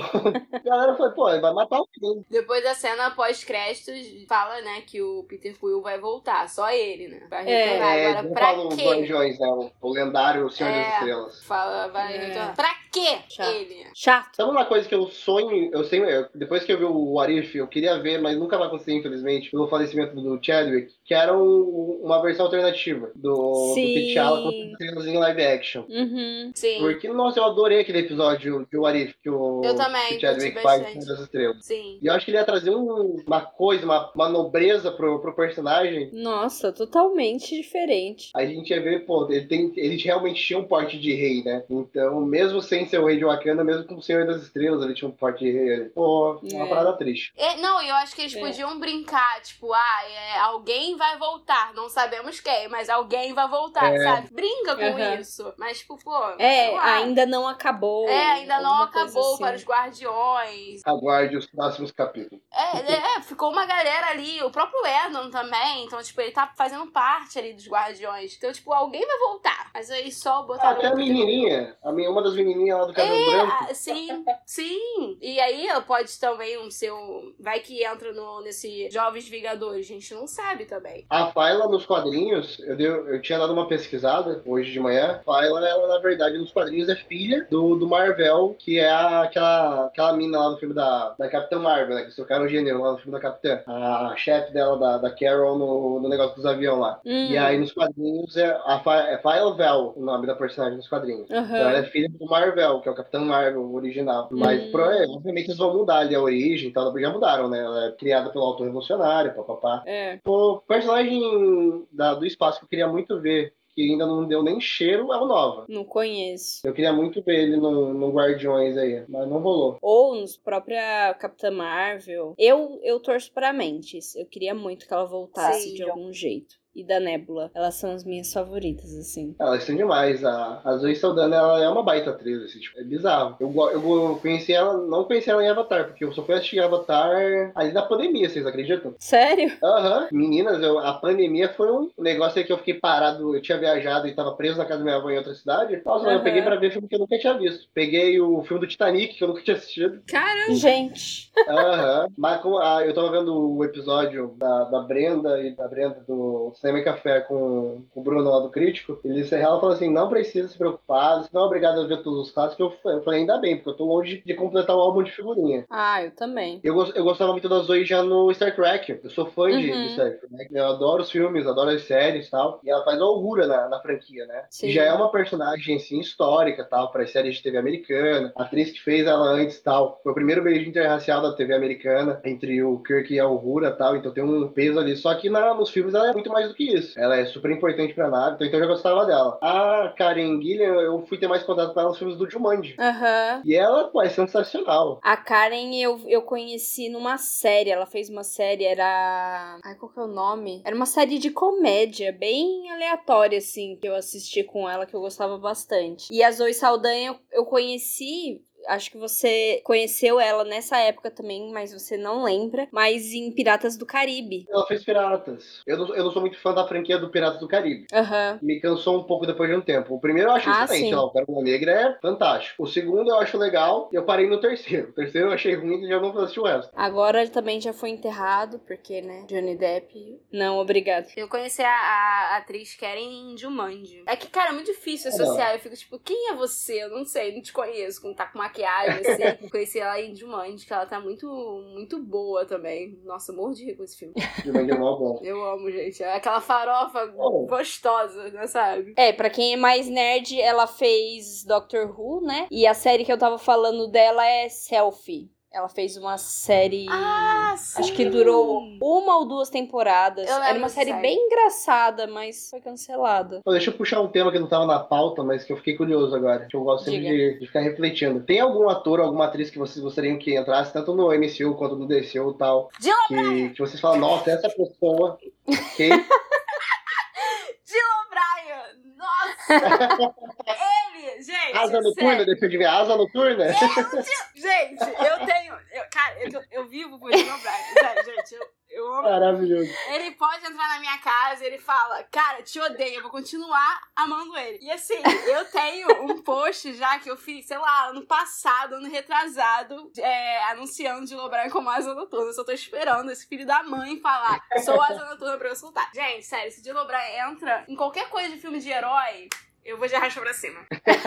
A galera falou, pô, vai matar o filme. Depois da cena pós-créditos, fala, né, que o Peter Quill vai voltar. Só ele, né? Vai É. retornar. É, Agora, não pra fala o quê? Guardiões, né? O, o lendário Senhor É. das Estrelas. Fala, vai É. retornar. Pra quê Chato. ele? Chato. Sabe uma coisa que eu sonho, eu sei, eu- depois que eu vi o What If, eu queria ver, mas nunca vai acontecer, infelizmente, pelo falecimento do Chadwick, que era um- uma versão alternativa do, do Sim. T'Challa com as estrelas em live action. Uhum. Sim. Porque, nossa, eu adorei aquele episódio de What If que o, Eu também, que o Chadwick curti faz bastante. das estrelas. Sim. E eu acho que ele ia trazer um- uma coisa, uma, uma nobreza pro, pro personagem. Nossa, totalmente diferente. A gente ia ver, pô, ele, tem, ele realmente tinha um porte de rei, né? Então, mesmo sem ser o rei de Wakanda, mesmo com o Senhor das Estrelas, ele tinha um porte de rei. Pô, uma É. parada triste. É, não, eu acho que eles É. podiam brincar, tipo, ah, é, alguém vai voltar, não sabemos quem, mas alguém vai voltar, É. sabe? Brinca com Aham. isso. Mas, tipo, pô. É, sei lá. ainda não acabou. É, ainda não alguma coisa acabou assim. para os Guardiões. Aguarde os próximos capítulos. É, é, ficou uma galera ali, o próprio Edon também, então, tipo, ele tá fazendo parte ali dos Guardiões. Então, tipo, alguém vai voltar. Mas aí só botaram... Até a o Peter- menininha, a minha, uma das menininhas lá do cabelo branco. Ah, sim, sim. E aí pode também um seu... Vai que entra no, nesse Jovens Vingadores, a gente não sabe também. A Fayla nos quadrinhos, eu, deu, eu tinha dado uma pesquisada hoje de manhã. A Fayla, ela, na verdade, nos quadrinhos é filha do, do Marvel, que é a, aquela, aquela mina lá do filme da, da Capitã Marvel, né? Que trocaram o gênero lá no filme da Capitã. A chefe dela, da, da Carol, no, no negócio dos aviões lá. Hum. E aí nos quadrinhos é a Fa- é Fayla Vel, o nome da personagem nos quadrinhos. Aham. Então ela é filha do Marvel, que é o Capitão Marvel original. Mas, Hum. pro, é, obviamente, eles vão mudar ali a origem e tal. Já mudaram, né? Ela é criada pelo autor revolucionário, papapá. É. O personagem da- do espaço que eu queria muito ver, que ainda não deu nem cheiro, é o Nova. Não conheço. Eu queria muito ver ele no, no Guardiões aí, mas não rolou. Ou nos própria Capitã Marvel. Eu, eu torço pra Mentes. Eu queria muito que ela voltasse Sim. de algum jeito. e da Nebula. Elas são as minhas favoritas, assim. Elas são demais. A, a Zoe Saldana, ela é uma baita atriz, assim, tipo, é bizarro. Eu, go- eu conheci ela, não conheci ela em Avatar, porque eu só fui assistir Avatar ali na pandemia, vocês acreditam? Sério? Aham. Meninas, eu- a pandemia foi um negócio aí que eu fiquei parado, eu tinha viajado e tava preso na casa da minha avó em outra cidade. Nossa, mas eu Aham. peguei pra ver filme que eu nunca tinha visto. Peguei o filme do Titanic, que eu nunca tinha assistido. Caramba! Gente. Aham. Mas como, ah, eu tava vendo o episódio da, da Brenda e da Brenda do Cinema e Café com, com o Bruno lá do Crítico. Ele se ela falou assim, não precisa se preocupar, você não é obrigado a ver todos os clássicos. Eu, eu falei, ainda bem, porque eu tô longe de completar o álbum de figurinha. Ah, eu também. Eu, gos- eu gostava muito da Zoe já no Star Trek. Eu sou fã de, Uhum. de Star Trek. Eu adoro os filmes, adoro as séries e tal. E ela faz augura na, na franquia, né? Sim. E já é uma personagem, assim, histórica tal, para as séries de T V americana. A atriz que fez ela antes tal. Foi o primeiro beijo interracial da T V americana entre o Kirk e a Uhura tal. Então tem um peso ali. Só que na, nos filmes ela é muito mais do que isso. Ela é super importante pra nave. Então eu já gostava dela. A Karen Gillan, eu fui ter mais contato com ela nos filmes do Jumanji. Aham. E ela, pô, é sensacional. A Karen eu, eu conheci numa série. Ela fez uma série, era... Ai, qual que é o nome? Era uma série de comédia, bem aleatória, assim, que eu assisti com ela, que eu gostava bastante. E a Zoe Saldanha eu, eu conheci... Acho que você conheceu ela nessa época também, mas você não lembra. Mas em Piratas do Caribe. Ela fez Piratas. Eu não, eu não sou muito fã da franquia do Piratas do Caribe. Aham. Me cansou um pouco depois de um tempo. O primeiro eu acho Ah, excelente, sim. ó, o Pérola Negra é fantástico. O segundo eu acho legal e eu parei no terceiro. O terceiro eu achei ruim e já não assisti o resto. Agora ele também já foi enterrado, porque, né, Johnny Depp... Não, obrigado. Eu conheci a, a atriz Karen em Jumanji. É que, cara, é muito difícil associar. Eu fico tipo, quem é você? Eu não sei, não te conheço. Quando tá com maquiagem, assim. Eu conheci ela em Jumanji, que ela tá muito, muito boa também. Nossa, eu morro de rir com esse filme. Jumanji é mó bom. Eu amo, gente. É aquela farofa Oh. gostosa, né, sabe? É, pra quem é mais nerd, ela fez Doctor Who, né? E a série que eu tava falando dela é Selfie. Ela fez uma série... Ah, sim! Acho que durou uma ou duas temporadas. Eu lembro Era uma dessa série série. bem engraçada, mas foi cancelada. Pô, deixa eu puxar um tema que não tava na pauta, mas que eu fiquei curioso agora. Que eu gosto sempre Diga. de, de ficar refletindo. Tem algum ator ou alguma atriz que vocês gostariam que entrasse, tanto no M C U quanto no D C U e tal, Dylan que, que vocês falam, nossa, essa pessoa... Quem? Dylan Bryan! Nossa! Ele, gente! Asa Noturna, sério. deixa eu adivinhar. Asa Noturna? Gente, eu tenho... Eu, cara, eu, eu vivo por Dylan Bryan. Sério, gente, eu, eu amo. Maravilhoso. Ele pode entrar na minha casa e ele fala, cara, te odeio, eu vou continuar amando ele. E assim, eu tenho um post já que eu fiz, sei lá, ano passado, ano retrasado, é, anunciando Dylan Bryan como Asa Noturna. Eu só tô esperando esse filho da mãe falar, sou Asa Noturna pra eu soltar. Gente, sério, se Dylan Bryan entra em qualquer coisa de filme de herói, eu vou de arrasta pra cima.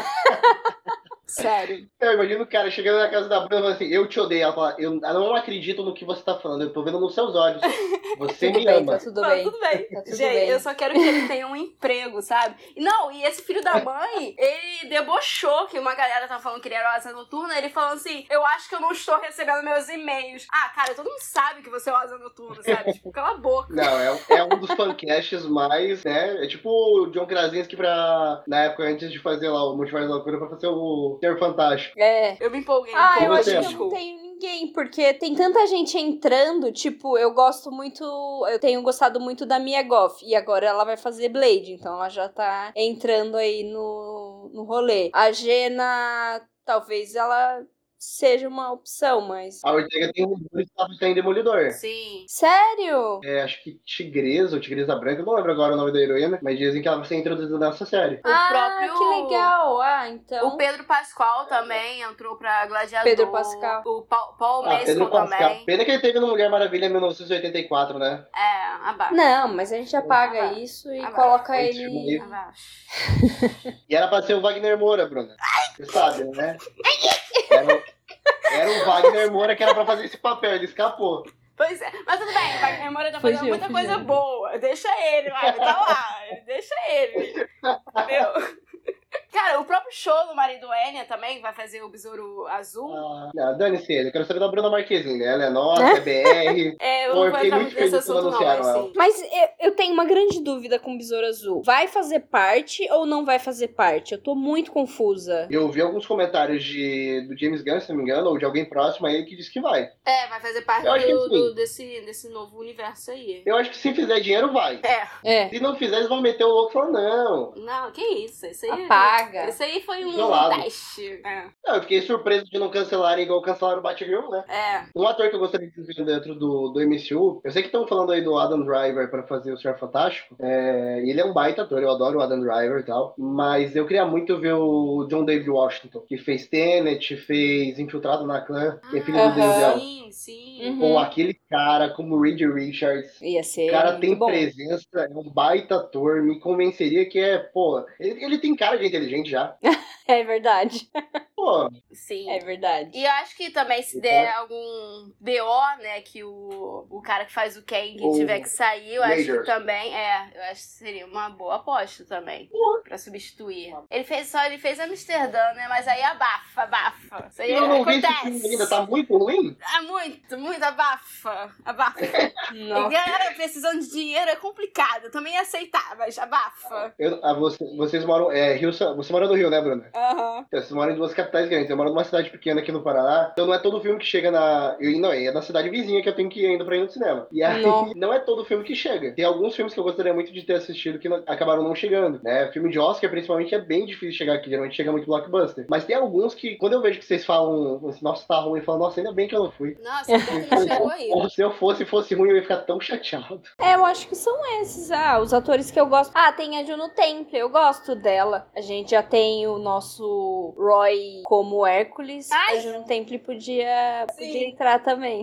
Sério. Eu imagino o cara chegando na casa da Bruna e falando assim, eu te odeio. Ela fala, eu eu não acredito no que você tá falando, eu tô vendo nos seus olhos. Você Tudo me bem, ama. tá tudo Mano, bem. tudo bem. Tá tudo Gente, bem. eu só quero que ele tenha um emprego, sabe? E não, e esse filho da mãe, ele debochou que uma galera tava falando que ele era o Asa Noturna, ele falando assim, eu acho que eu não estou recebendo meus e-mails. Ah, cara, todo mundo sabe que você é o Asa Noturna, sabe? Tipo, cala a boca. Não, é, é um dos podcasts mais, né? É tipo o John Krasinski pra, na época, antes de fazer lá o Multiverso da Loucura, pra fazer o Ser Fantástico. É. Eu me empolguei. Ah, E eu acho você? que eu não tenho ninguém, porque tem tanta gente entrando, tipo, eu gosto muito, eu tenho gostado muito da Mia Goth, e agora ela vai fazer Blade, então ela já tá entrando aí no, no rolê. A Jenna, talvez ela seja uma opção, mas... A Ortega tem rumores que ela vai estar em Demolidor. Sim. Sério? É, acho que Tigresa ou Tigresa Branca, eu não lembro agora o nome da heroína, mas dizem que ela vai ser introduzida nessa série. O ah, próprio- que legal! Ah, então... O Pedro Pascal também entrou pra Gladiador. Pedro Pascal. O Paul, Paul Ah, Pedro Mescal Pascal. também. Pena que ele teve no Mulher Maravilha em mil novecentos e oitenta e quatro, né? É, abaixo. Não, mas a gente apaga Ah, isso e ah, coloca esse ele... filme aí. Abaixo. E era pra ser o Wagner Moura, Bruna. Você sabe, né? Era, o- era o Wagner Moura que era pra fazer esse papel, ele escapou. Pois é, mas tudo bem, o Wagner Moura tá fazendo Fugiu, muita fugiu. coisa boa. Deixa ele, vai, tá lá. Deixa ele. Entendeu? Cara, o próprio show do marido Enya também vai fazer o Besouro Azul. Ah, não, dane-se ele, eu quero saber da Bruna Marquezine, né? Ela é nossa, é B R. É, eu Pô, não eu vou fiquei entrar muito muito nesse feliz quando assunto, não, anunciaram mas ela. sim. Mas eu, eu tenho uma grande dúvida com o Besouro Azul. Vai fazer parte ou não vai fazer parte? Eu tô muito confusa. Eu vi alguns comentários de, do James Gunn, se não me engano, ou de alguém próximo a ele que disse que vai. É, vai fazer parte Eu acho que do, sim. do- desse, desse novo universo aí. Eu acho que se fizer dinheiro, vai. É. É. Se não fizer, eles vão meter o louco e falar, não. Não, que isso. Isso aí, Apaga. Isso aí foi um Isolado. teste. É. Não, eu fiquei surpreso de não cancelarem igual cancelaram o Batgirl, né? É. Um ator que eu gostaria de ver dentro do, do M C U, eu sei que estão falando aí do Adam Driver pra fazer o Senhor Fantástico, é, ele é um baita ator, eu adoro o Adam Driver e tal, mas eu queria muito ver o John David Washington, que fez Tenet, fez Infiltrado na Clã, que é filho do Aham. Denzel. Sim, sim. Uhum. Ou aquele cara como Reed Richards. Ia ser O cara muito tem bom. presença, é um baita ator, me convenceria que é, pô, ele, ele tem cara de inteligente já. É verdade. Pô, Sim. É verdade. E eu acho que também se der algum B O, né, que o, o cara que faz o Kang O tiver que sair, eu acho Majors. que também, é, eu acho que seria uma boa aposta também, pra substituir. Ele fez só, ele fez Amsterdã, né, mas aí abafa, abafa. Isso aí eu não vi esse acontece. filme ainda, tá muito ruim? Ah, muito, muito abafa, abafa. E Nossa. galera precisando de dinheiro é complicado, eu também ia aceitar, mas abafa. Eu, ah, você- vocês moram, é, Rio, Sa- você mora no Rio, né, Bruna? Aham. Vocês moram em duas capitais grandes, eu moro numa cidade pequena aqui no Paraná, então não é todo filme que chega na... Eu, não, é na cidade vizinha que eu tenho que ir ainda pra ir no cinema. E aí, Não. não é todo filme que chega. Tem alguns filmes que eu gostaria muito de ter assistido que não- acabaram não chegando, né? Filme de Oscar, principalmente, é bem difícil chegar aqui, geralmente chega muito blockbuster. Mas tem alguns que, quando eu vejo que vocês falam, assim, nossa, tá ruim, eu falo, nossa, ainda bem que eu não fui. Nossa, que não chegou aí. Ou se eu fosse fosse ruim, eu ia ficar tão chateado. É, eu acho que são esses. Ah, os atores que eu gosto. Ah, tem a Juno Temple, eu gosto dela. A gente já tem o nosso Roy como Hércules. Ai. A Juno Temple podia, Sim. podia entrar também.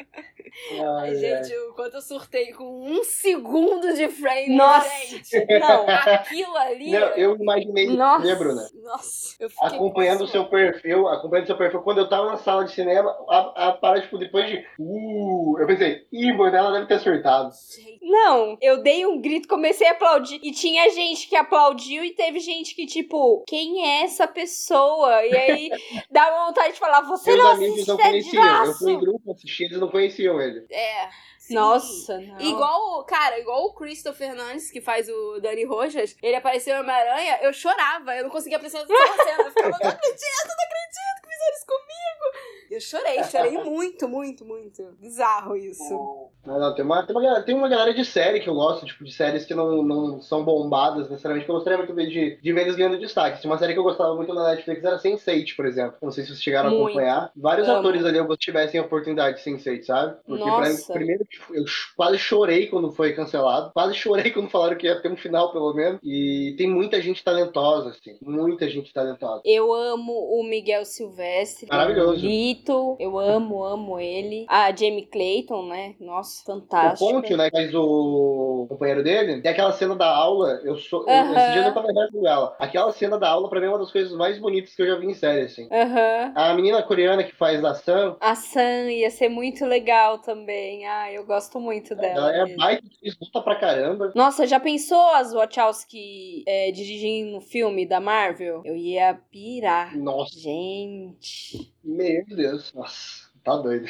Ai, gente, o quanto eu surtei com um segundo de frame, Nossa. gente. Não. Aquilo ali... Não, eu imaginei, Nossa. né, Bruna? Nossa, eu fiquei Acompanhando o seu perfil, acompanhando o seu perfil, quando eu tava na sala de cinema, a, a para, tipo, depois de. Uh, eu pensei, ih, mano, ela deve ter acertado. Gente, Não, eu dei um grito, comecei a aplaudir. E tinha gente que aplaudiu e teve gente que, tipo, quem é essa pessoa? E aí dá uma vontade de falar, você Meus não amigos assiste não Ted conheciam. Eu Lasso? fui em grupo assistir, eles não conheciam ele. é. sim. Nossa, não. Igual, cara, igual o Christopher Fernandes, que faz o Dani Rojas, ele apareceu em Homem-Aranha, eu chorava, eu não conseguia prestar atenção na cena. Eu ficava, não acredito, não acredito que fizeram isso comigo. Eu chorei, chorei muito, muito, muito. Bizarro isso. Não, não, tem, uma, tem, uma, galera- tem uma galera de série que eu gosto, tipo, de séries que não, não são bombadas necessariamente, que eu gostaria muito de, de, de ver eles ganhando destaque. Tinha uma série que eu gostava muito na Netflix, era sense eight, por exemplo. Não sei se vocês chegaram Muito. a acompanhar. Vários Amo. atores ali eu gosto que tivessem a oportunidade de sense eight, sabe? Porque pra mim, Nossa. primeiro, eu ch- quase chorei quando foi cancelado. Quase chorei quando falaram que ia ter um final, pelo menos. E tem muita gente talentosa, assim. Muita gente talentosa. Eu amo o Miguel Silvestre. Maravilhoso. O Lito. Eu amo, amo ele. A Jamie Clayton, né? Nossa, fantástico. O Ponte, né, que faz o companheiro dele, tem aquela cena da aula, eu sou, eu- Aham. esse dia eu tava vendo com ela. Aquela cena da aula, pra mim, é uma das coisas mais bonitas que eu já vi em série, assim. Aham. A menina coreana que faz a Sam, A Sam ia ser muito legal também. Ah, eu gosto muito dela. ela é mesmo. baita, luta pra caramba. Nossa, já pensou as Wachowski é, dirigindo um filme da Marvel? Eu ia pirar. Nossa, Gente. meu Deus. Nossa, tá doido.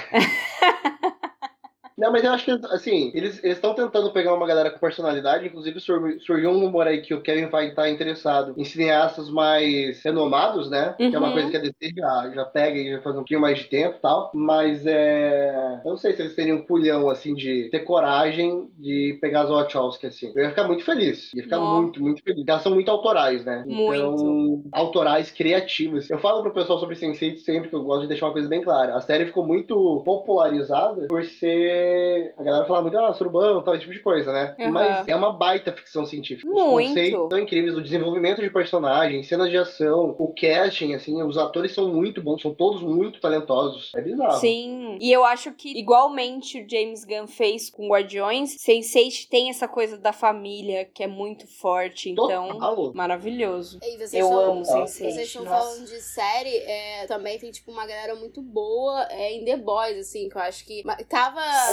Não, mas eu acho que, assim, eles estão tentando pegar uma galera com personalidade, inclusive sur- surgiu um rumor aí que o Kevin vai estar interessado em cineastas mais renomados, né? Que é uma Uhum. coisa que a D C já, já pega e já faz um pouquinho mais de tempo e tal, mas é... eu não sei se eles teriam um culhão, assim, de ter coragem de pegar as Wachowski, assim. Eu ia ficar muito feliz, ia ficar Nó. muito, muito feliz. Elas são muito autorais, né? Então, Muito. autorais, criativas. Eu falo pro pessoal sobre sense eight sempre que eu gosto de deixar uma coisa bem clara. A série ficou muito popularizada por ser... A galera fala muito, ah, surubão, tal, esse tipo de coisa, né? Aham. Mas é uma baita ficção científica. Os Muito. conceitos são incríveis, o desenvolvimento de personagens, cenas de ação, o casting, assim, os atores são muito bons, são todos muito talentosos. É bizarro. Sim. E eu acho que, igualmente, o James Gunn fez com Guardiões, sense eight tem essa coisa da família que é muito forte. Então, Total. maravilhoso. E vocês Eu são- amo sense eight. Vocês estão Nossa. falando de série, é, também tem, tipo, uma galera muito boa é, em The Boys, assim, que eu acho que... ma- Tava...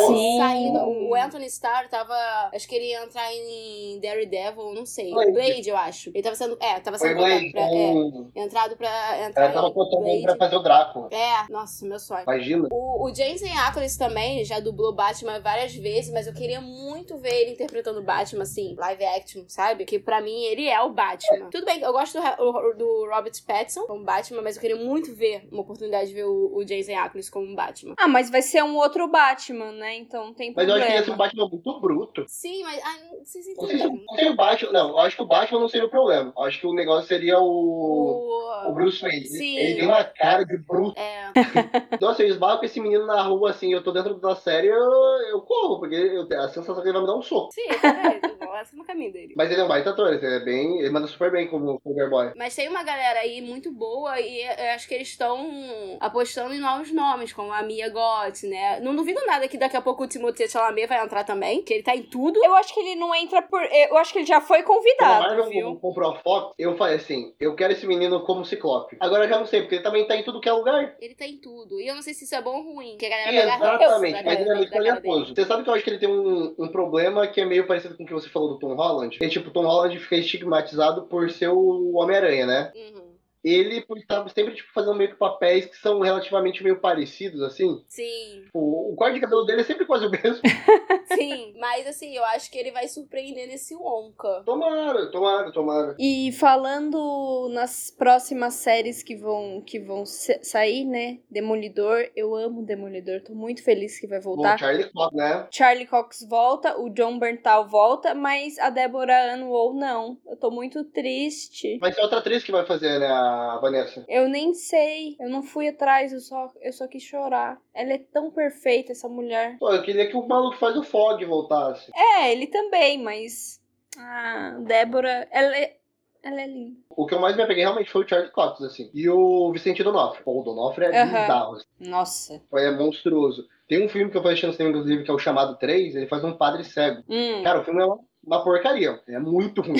Sim. saindo. O Anthony Starr tava... Acho que ele ia entrar em Daredevil, não sei. Blade. Blade, eu acho. Ele tava sendo... É, tava Foi sendo Blade, cotado pra... É, com... entrado pra... Entrar Ela tava em contando ele pra Blade. fazer o Drácula. É, nossa, meu sonho. Imagina. O, o Jensen Ackles também já dublou Batman várias vezes, mas eu queria muito ver ele interpretando Batman, assim, live action, sabe? Que pra mim ele é o Batman. Tudo bem, eu gosto do, do Robert Pattinson como Batman, mas eu queria muito ver uma oportunidade de ver o, o Jensen Ackles como Batman. Ah, mas vai ser um outro Batman, né? Então não tem Mas eu problema. acho que ia ser um Batman muito bruto. Sim, mas ah, vocês Não sei se entenderam. não seria o Batman, não. Eu acho que o Batman não seria o problema. Eu acho que o negócio seria o, O... o Bruce Wayne. Sim. Ele tem uma cara de bruto. É. Nossa, eu esbarro com esse menino na rua, assim, eu tô dentro da série, eu, eu corro, porque eu, a sensação que ele vai me dar um soco. Sim, eu também. Tô lá no caminho dele. Mas ele é um baita ator, ele é bem. Ele manda super bem como Superboy. Mas tem uma galera aí muito boa e eu acho que eles estão apostando em novos nomes, como a Mia Goth, né? Não duvido nada que daqui a pouco o Timothée Chalamet vai entrar também, que ele tá em tudo. Eu acho que ele não entra por... Eu acho que ele já foi Quando a convidado, Marvel viu? comprou a Fox, eu falei assim, eu quero esse menino como Ciclope. Agora eu já não sei, porque ele também tá em tudo que é lugar. Ele tá em tudo. E eu não sei se isso é bom ou ruim, que a galera vai agarrar Exatamente, da mas cara- ele é muito da cara dele. talentoso. Você sabe que eu acho que ele tem um, um problema que é meio parecido com o que você falou do Tom Holland? Que é tipo, o Tom Holland fica estigmatizado por ser o Homem-Aranha, né? Uhum. Ele, por estar sempre tipo, fazendo meio que papéis que são relativamente meio parecidos, assim. Sim, O, o corte de cabelo dele é sempre quase o mesmo. sim. Mas assim, eu acho que ele vai surpreender nesse Wonka. Tomara, tomara, tomara. E falando nas próximas séries que vão, que vão sa- sair, né? Demolidor, eu amo Demolidor, tô muito feliz que vai O voltar. Charlie Cox, né? Charlie Cox volta, o John Bernthal volta, mas a Deborah Ann Woll não. Eu tô muito triste. Vai ser outra atriz que vai fazer, né? A Vanessa. Eu nem sei, eu não fui atrás, eu só, eu só quis chorar. Ela é tão perfeita, essa mulher. Pô, eu queria que o maluco que faz o Fog voltasse. É, ele também, mas... Ah, Débora, ela é, ela é linda. O que eu mais me apeguei realmente foi o Charlie Cox, assim. E o Vicente D'Onofrio. Pô, o D'Onofrio é Aham. bizarro, assim. Nossa. É monstruoso. Tem um filme que eu fui assistindo no cinema, inclusive, que é o Chamado três, ele faz um padre cego. Hum. Cara, o filme é uma, uma porcaria, é muito ruim.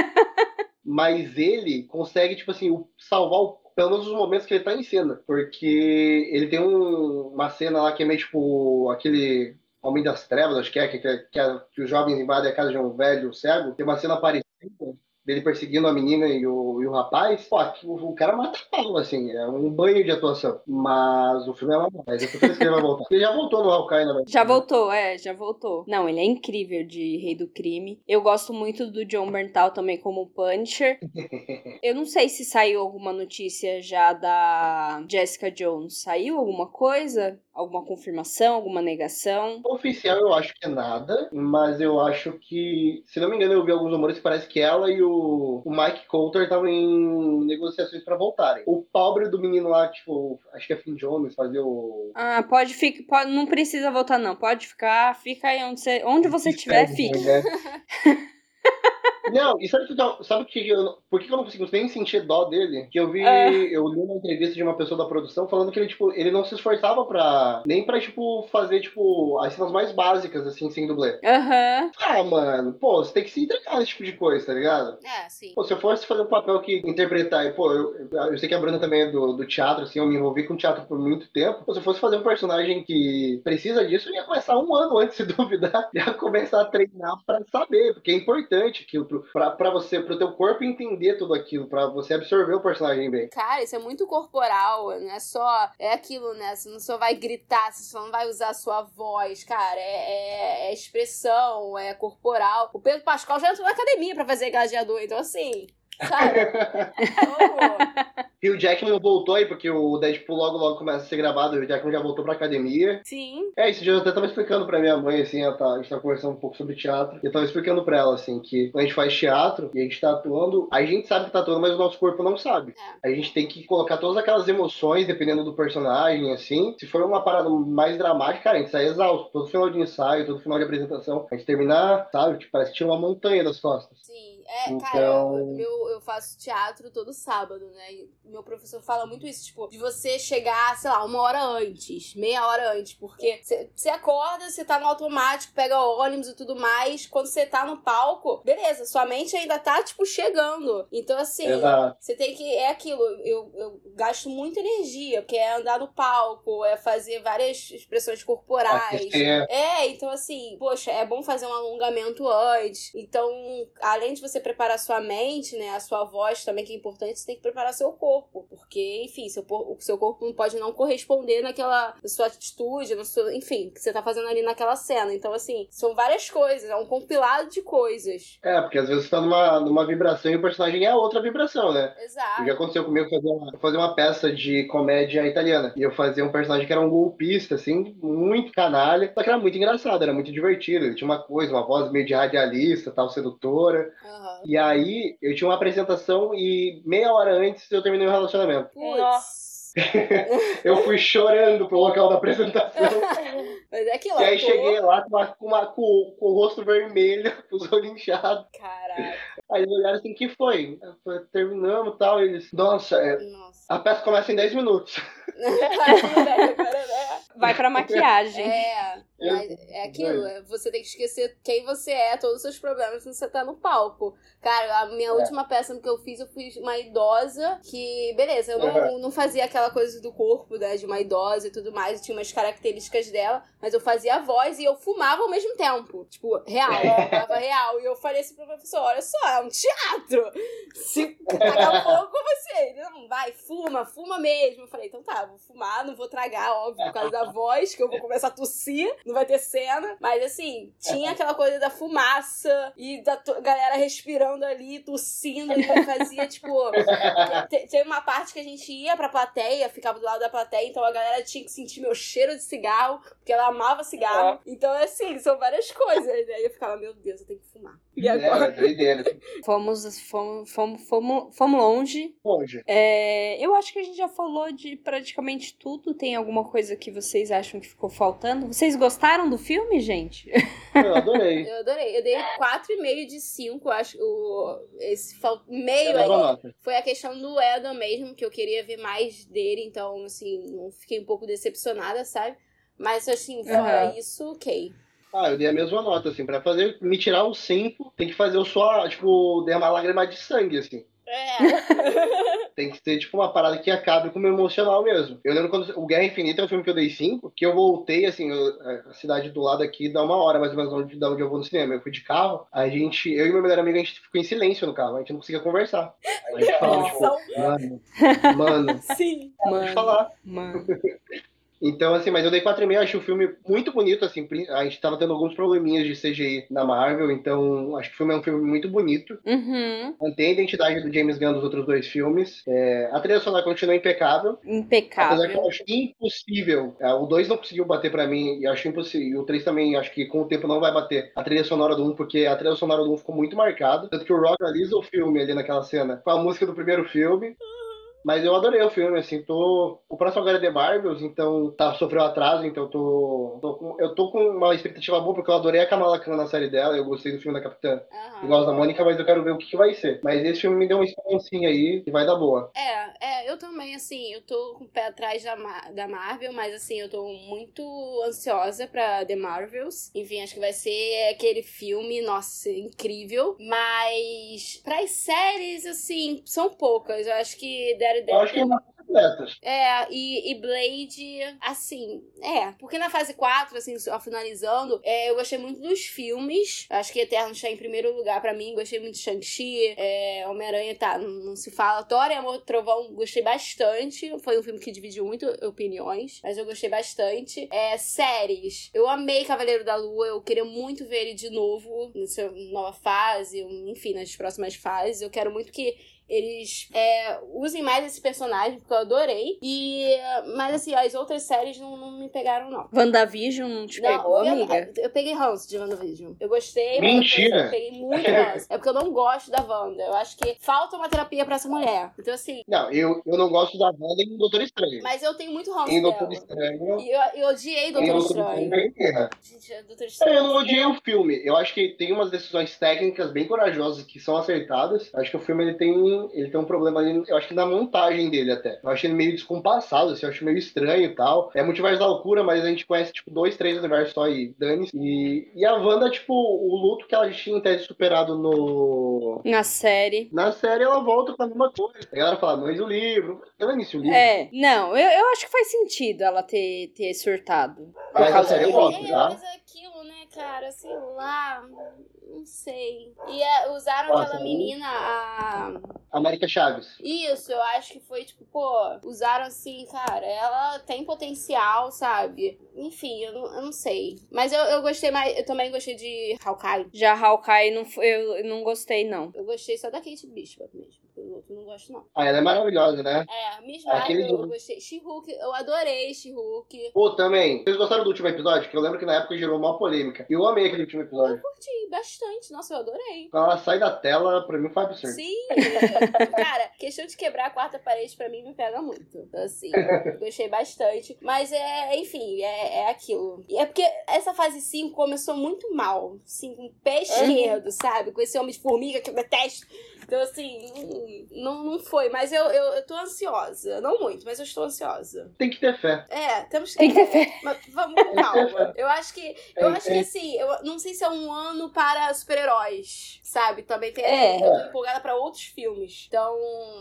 Mas ele consegue, tipo assim, o- salvar o, pelo menos os momentos que ele tá em cena. Porque ele tem um- uma cena lá que é meio tipo aquele Homem das Trevas, acho que é, que, que, que, é- que os jovens invadem a casa de um velho cego. Tem uma cena parecida dele perseguindo a menina e o, e o rapaz. Pô, o, o cara mata a pau, assim, é um banho de atuação. Mas o filme é uma boa. Mas eu tô feliz que ele vai voltar. Ele já voltou no Hawkeye, né? Já voltou, é, já voltou. Não, ele é incrível de Rei do Crime. Eu gosto muito do John Bernthal também como Punisher. Eu não sei se saiu alguma notícia já da Jessica Jones. Saiu alguma coisa? Alguma confirmação? Alguma negação? Oficial eu acho que é nada, mas eu acho que, se não me engano, eu vi alguns rumores que parece que ela e o, o Mike Coulter estavam em negociações pra voltarem. O pobre do menino lá, tipo, acho que é Finn Jones, fazer o... Ah, pode ficar, pode, não precisa voltar não, pode ficar, fica aí onde você, onde você estiver, fica. Né? Não, e sabe, que eu- sabe o que eu, por que eu não consigo nem sentir dó dele? Que eu vi, Ah. eu li uma entrevista de uma pessoa da produção falando que ele, tipo, ele não se esforçava pra, nem pra, tipo, fazer, tipo, as cenas mais básicas, assim, sem dublê. Aham. Ah, mano, pô, você tem que se entregar nesse tipo de coisa, tá ligado? É, sim. Pô, se eu fosse fazer um papel que interpretar, e, pô, eu, eu sei que a Bruna também é do, do teatro, assim, eu me envolvi com teatro por muito tempo. Pô, se eu fosse fazer um personagem que precisa disso, eu ia começar um ano antes, se duvidar, ia começar a treinar pra saber, porque é importante aquilo, pro- pra, pra você, pro teu corpo entender tudo aquilo, pra você absorver o personagem bem. Cara, isso é muito corporal, não é só... É aquilo, né? Você não só vai gritar, você só não vai usar a sua voz, cara. É, é, é expressão, é corporal. O Pedro Pascal já entrou na academia pra fazer gladiador, então assim... Sabe? Oh, E o Jackman voltou aí, porque o Deadpool logo logo começa a ser gravado, o Jackman já voltou pra academia. sim. É, esse dia eu até tava explicando pra minha mãe, assim, ela tá, a gente tava conversando um pouco sobre teatro, e eu tava explicando pra ela, assim, que quando a gente faz teatro e a gente tá atuando, a gente sabe que tá atuando, mas o nosso corpo não sabe. É. A gente tem que colocar todas aquelas emoções, dependendo do personagem, assim. Se for uma parada mais dramática, cara, a gente sai exausto. Todo final de ensaio, todo final de apresentação, a gente termina, sabe, tipo, parece que tinha uma montanha das costas. Sim. É, Então- cara, eu, meu, eu faço teatro todo sábado, né? E meu professor fala muito isso, tipo, de você chegar, sei lá, uma hora antes, meia hora antes, porque você acorda, você tá no automático, pega ônibus e tudo mais, quando você tá no palco, beleza, sua mente ainda tá, tipo, chegando. Então, assim, Exato. você tem que, é aquilo, eu, eu gasto muita energia, porque é andar no palco, é fazer várias expressões corporais. Aquecer. É, então assim, poxa, é bom fazer um alongamento antes. Então, além de você preparar sua mente, né, a sua voz também, que é importante, você tem que preparar seu corpo. Porque, enfim, seu, o seu corpo não pode não corresponder naquela na sua atitude, no seu, enfim, que você tá fazendo ali naquela cena. Então, assim, são várias coisas, é um compilado de coisas. É, porque às vezes você tá numa, numa vibração e o personagem é outra vibração, né? Exato. O que aconteceu comigo fazer uma, fazer uma peça de comédia italiana. E eu fazia um personagem que era um golpista, assim, muito canalha. Só que era muito engraçado, era muito divertido. Ele tinha uma coisa, uma voz meio de radialista, tal, sedutora. Uhum. E aí, eu tinha uma apresentação e meia hora antes eu terminei o relacionamento. Putz. Eu fui chorando pro local da apresentação. Mas é aquilo, E aí ator- cheguei lá com, uma, com, uma- com- com o rosto vermelho, com os olhos inchados. Caraca. Aí eles olharam assim, que foi? Eu falei, terminamos e tal. E eles, nossa, é, Nossa. a peça começa em dez minutos. Vai pra maquiagem. É, mas é aquilo, é, você tem que esquecer quem você é, todos os seus problemas quando você tá no palco. Cara, a minha É. última peça que eu fiz, eu fiz uma idosa que, beleza, eu não, não fazia aquela coisa do corpo, né, de uma idosa e tudo mais, eu tinha umas características dela, mas eu fazia a voz e eu fumava ao mesmo tempo. Tipo, real, eu fumava real. E eu falei assim pro professor, olha só, é um teatro. Se tacar fogo com você. Ele, não, vai, fuma, fuma mesmo. Eu falei, então tá, vou fumar, não vou tragar, óbvio, por causa da voz, que eu vou começar a tossir, não vai ter cena. Mas assim, tinha aquela coisa da fumaça e da to- galera respirando ali, tossindo, e eu fazia, tipo... te- Teve uma parte que a gente ia pra plateia, ficava do lado da plateia, então a galera tinha que sentir meu cheiro de cigarro, porque ela amava cigarro. Então, assim, são várias coisas. Aí eu ficava, meu Deus, eu tenho que fumar. E agora? É, doideira. Fomos, fomos, fomos, fomos, fomos longe. Longe. É, eu acho que a gente já falou de praticamente tudo. Tem alguma coisa que vocês acham que ficou faltando? Vocês gostaram do filme, gente? Eu adorei. Eu adorei. Eu dei quatro e meio de cinco, acho. O, esse fal- meio Eu dava aí nota. foi a questão do Edon mesmo, que eu queria ver mais dele, então, assim, não fiquei um pouco decepcionada, sabe? Mas, assim, fora Uhum. isso, ok. Ah, eu dei a mesma nota, assim, pra fazer, me tirar os cinco, tem que fazer eu só, tipo, derramar lágrima de sangue, assim. É. Tem que ser, tipo, uma parada que acabe com o meu emocional mesmo. Eu lembro quando o Guerra Infinita é um filme que eu dei cinco, que eu voltei, assim, eu- a cidade do lado aqui dá uma hora mais ou menos onde, da onde eu vou no cinema. Eu fui de carro, a gente, eu e meu melhor amigo, a gente ficou em silêncio no carro, a gente não conseguia conversar. A gente falava, tipo, mano, mano, Sim. pode falar. Mano. Então, assim, mas eu dei quatro e meio, achei o filme muito bonito, assim, a gente tava tendo alguns probleminhas de C G I na Marvel, então acho que o filme é um filme muito bonito. Uhum. Mantém a identidade do James Gunn dos outros dois filmes. É, a trilha sonora continua impecável. Apesar que eu Impecável. acho impossível. É, o dois não conseguiu bater pra mim, e acho impossível. E o três também, acho que com o tempo não vai bater a trilha sonora do um, porque a trilha sonora do um ficou muito marcada. Tanto que o Rock analisa o filme ali naquela cena com a música do primeiro filme. Mas eu adorei o filme, assim, tô... O próximo agora é The Marvels, então tá, sofreu atraso, então tô... tô com... eu tô com uma expectativa boa, porque eu adorei a Kamala Khan na série dela, eu gostei do filme da Capitã. Aham. Eu gosto da Mônica, mas eu quero ver o que, que vai ser. Mas esse filme me deu uma esperancinha aí, que vai dar boa. É, é, eu também, assim, eu tô com o pé atrás da, Ma- da Marvel, mas, assim, eu tô muito ansiosa pra The Marvels. Enfim, acho que vai ser aquele filme, nossa, incrível. Mas, pras séries, assim, são poucas. Eu acho que Eu acho que é uma completas. É, e, e Blade, assim, é, porque na fase quatro, assim, só finalizando, é, eu gostei muito dos filmes, acho que Eternos está em primeiro lugar pra mim, gostei muito de Shang-Chi, é, Homem-Aranha, tá, não, não se fala, Thor e Amor e Trovão, gostei bastante, foi um filme que dividiu muito opiniões, mas eu gostei bastante. É, séries, eu amei Cavaleiro da Lua, eu queria muito ver ele de novo, nessa nova fase, enfim, nas próximas fases, eu quero muito que eles é, usem mais esse personagem, porque eu adorei. E, mas assim, as outras séries não, não me pegaram, não. WandaVision não te Não, pegou, eu, amiga? eu peguei ranço de WandaVision. Eu gostei, Mentira! mas eu peguei muito ranço. É porque eu não gosto da Wanda. Eu acho que falta uma terapia pra essa mulher. Então, assim... Não, eu, eu não gosto da Wanda em Doutor Estranho. Mas eu tenho muito ranço Em dela. Doutor Estranho... E eu, eu odiei Em Doutor Doutor Estranho. Estranho, é. Gente, Doutor É, Estranho. eu não odiei o filme. Eu acho que tem umas decisões técnicas bem corajosas que são acertadas. Acho que o filme ele tem, ele tem um problema ali, eu acho que na montagem dele até. Eu acho ele meio descompassado, assim, eu acho meio estranho e tal. É Multiverso da Loucura, mas a gente conhece, tipo, dois, três universos só e dane-se. E, e a Wanda, tipo, o luto que ela tinha em tese superado no... Na série. Na série, ela volta com a mesma coisa. A galera fala, mas o livro... Dane-se o livro. É, não, eu, eu acho que faz sentido ela ter, ter surtado. Por Mas a causa série eu do gosto, livro. É, tá? mas é aquilo, né, cara? Sei lá... Não sei. E é, usaram Nossa, aquela aí- menina, a... América Chaves. Isso, eu acho que foi, tipo, pô... Usaram assim, cara, ela tem potencial, sabe? Enfim, eu não, eu não sei. Mas eu, eu gostei mais... Eu também gostei de Hawkeye. Já Hawkeye, não, foi- eu não gostei, não. Eu gostei só da Kate Bishop mesmo. O outro eu não gosto, não. Ah, ela é maravilhosa, né? É, Miss Aquele Marvel, eu do- gostei. She-Hulk, eu adorei She-Hulk. Pô, também. Vocês gostaram do último episódio? Que eu lembro que na época gerou uma polêmica. Eu amei aquele último episódio. Eu curti bastante. Nossa, eu adorei. Quando ela sai da tela, pra mim foi absurdo. Sim, cara, questão de quebrar a quarta parede pra mim me pega muito. Então, assim, gostei bastante. Mas é, enfim, é, é aquilo. E é porque essa fase cinco começou muito mal. Assim, com o pé esquerdo, sabe? Com esse homem de formiga que eu detesto. Então, assim, não, não foi. Mas eu, eu, eu tô ansiosa. Não muito, mas eu estou ansiosa. Tem que ter fé. É, temos que Tem que ter fé. Mas vamos com calma. Eu acho que, eu acho que assim, eu não sei se é um ano para super-heróis, sabe? Também tem. É. Eu tô empolgada pra outros filmes. Então,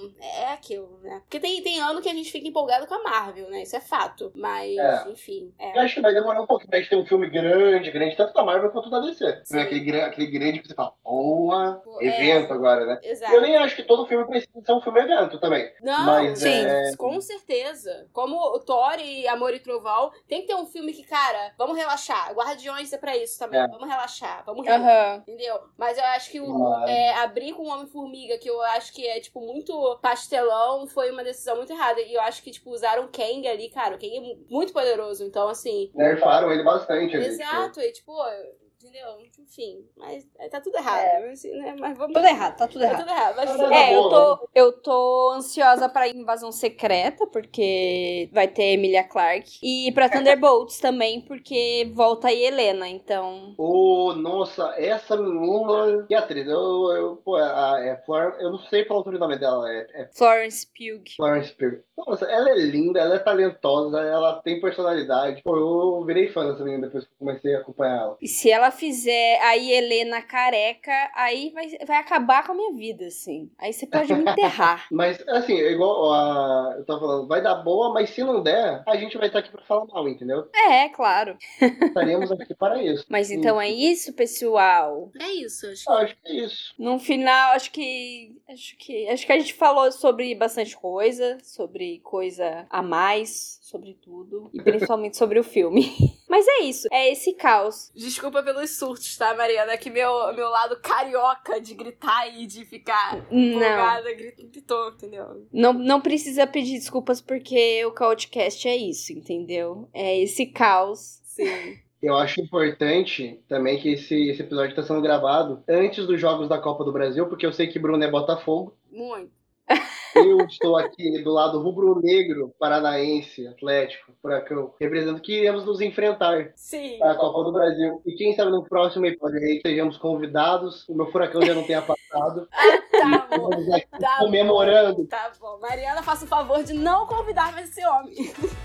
é aquilo, né? Porque tem, tem ano que a gente fica empolgado com a Marvel, né? Isso é fato. Mas, É. enfim. Eu É. acho que vai demorar um pouquinho pra gente ter um filme grande, grande, tanto da Marvel quanto da D C. Sim. Aquele, gra- aquele grande que você fala, porra, É. evento agora, né? Exato. Eu nem acho que todo filme precisa ser um filme evento também. Não, Mas, sim, é- com certeza. Como o Thor e Amor e Trovão, tem que ter um filme que, cara, vamos relaxar. Guardiões é pra isso também. É. Vamos relaxar, vamos rir. Aham. Entendeu? Mas eu acho que o, Claro. é, abrir com o Homem-Formiga, que eu acho que é, tipo, muito pastelão, foi uma decisão muito errada. E eu acho que, tipo, usaram o Kang ali, cara. O Kang é mu- muito poderoso. Então, assim... Nerfaram ele bastante ali. Exato. E, tipo, entendeu? Enfim. Mas é, tá tudo errado. Mas, assim, né? Mas vamos... Tudo errado, tá tudo Tá errado. tudo errado. Mas, Tá É, eu bom, tô, eu tô ansiosa pra Invasão Secreta, porque vai ter Emilia Clarke. E pra Thunderbolts também, porque volta aí Helena, então... Ô, nossa, essa menina... Que atriz? Eu, eu, pô, a, é Flor... eu não sei falar o nome dela. É, é Florence Pugh. Florence Pugh. Nossa, ela é linda, ela é talentosa, ela tem personalidade. Pô, eu virei fã dessa menina depois que eu comecei a acompanhar ela. E se ela fizer aí Helena careca, aí vai, vai acabar com a minha vida, assim. Aí você pode me enterrar. Mas, assim, é igual a, eu tava falando, vai dar boa, mas se não der, a gente vai estar aqui pra falar mal, entendeu? É, claro. Estaremos aqui para isso. Mas então é isso, pessoal. é isso. Acho que... Eu acho que é isso. No final, acho que. Acho que. Acho que a gente falou sobre bastante coisa, sobre coisa a mais, sobre tudo. E principalmente sobre o filme. Mas é isso, é esse caos. Desculpa pelos surtos, tá, Mariana? É que meu, meu lado carioca de gritar e de ficar Não. empolgada grito- gritou, entendeu? Não, não precisa pedir desculpas porque o Codecast é isso, entendeu? É esse caos. Sim. Eu acho importante também que esse, esse episódio está sendo gravado antes dos Jogos da Copa do Brasil, porque eu sei que Bruno é Botafogo. Muito. Eu estou aqui do lado rubro-negro, paranaense, atlético, furacão, representando que iremos nos enfrentar Sim. na Copa do Brasil. E quem sabe no próximo episódio aí sejamos convidados, o meu furacão já não tenha passado. Tá bom. Estamos aqui Tá bom. comemorando. Tá bom. Mariana, faça o favor de não convidar mais esse homem.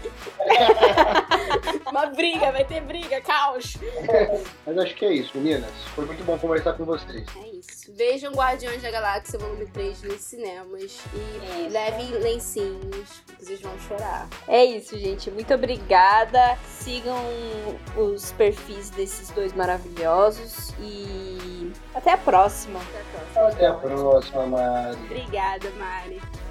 Uma briga, vai ter briga, caos. Mas acho que é isso, meninas. Foi muito bom conversar com vocês. É isso. Vejam Guardiões da Galáxia volume três nos cinemas e levem lencinhos, porque vocês vão chorar. É isso, gente. Muito obrigada. Sigam os perfis desses dois maravilhosos. E até a próxima. Até a próxima. Até a próxima, Mari. Obrigada, Mari.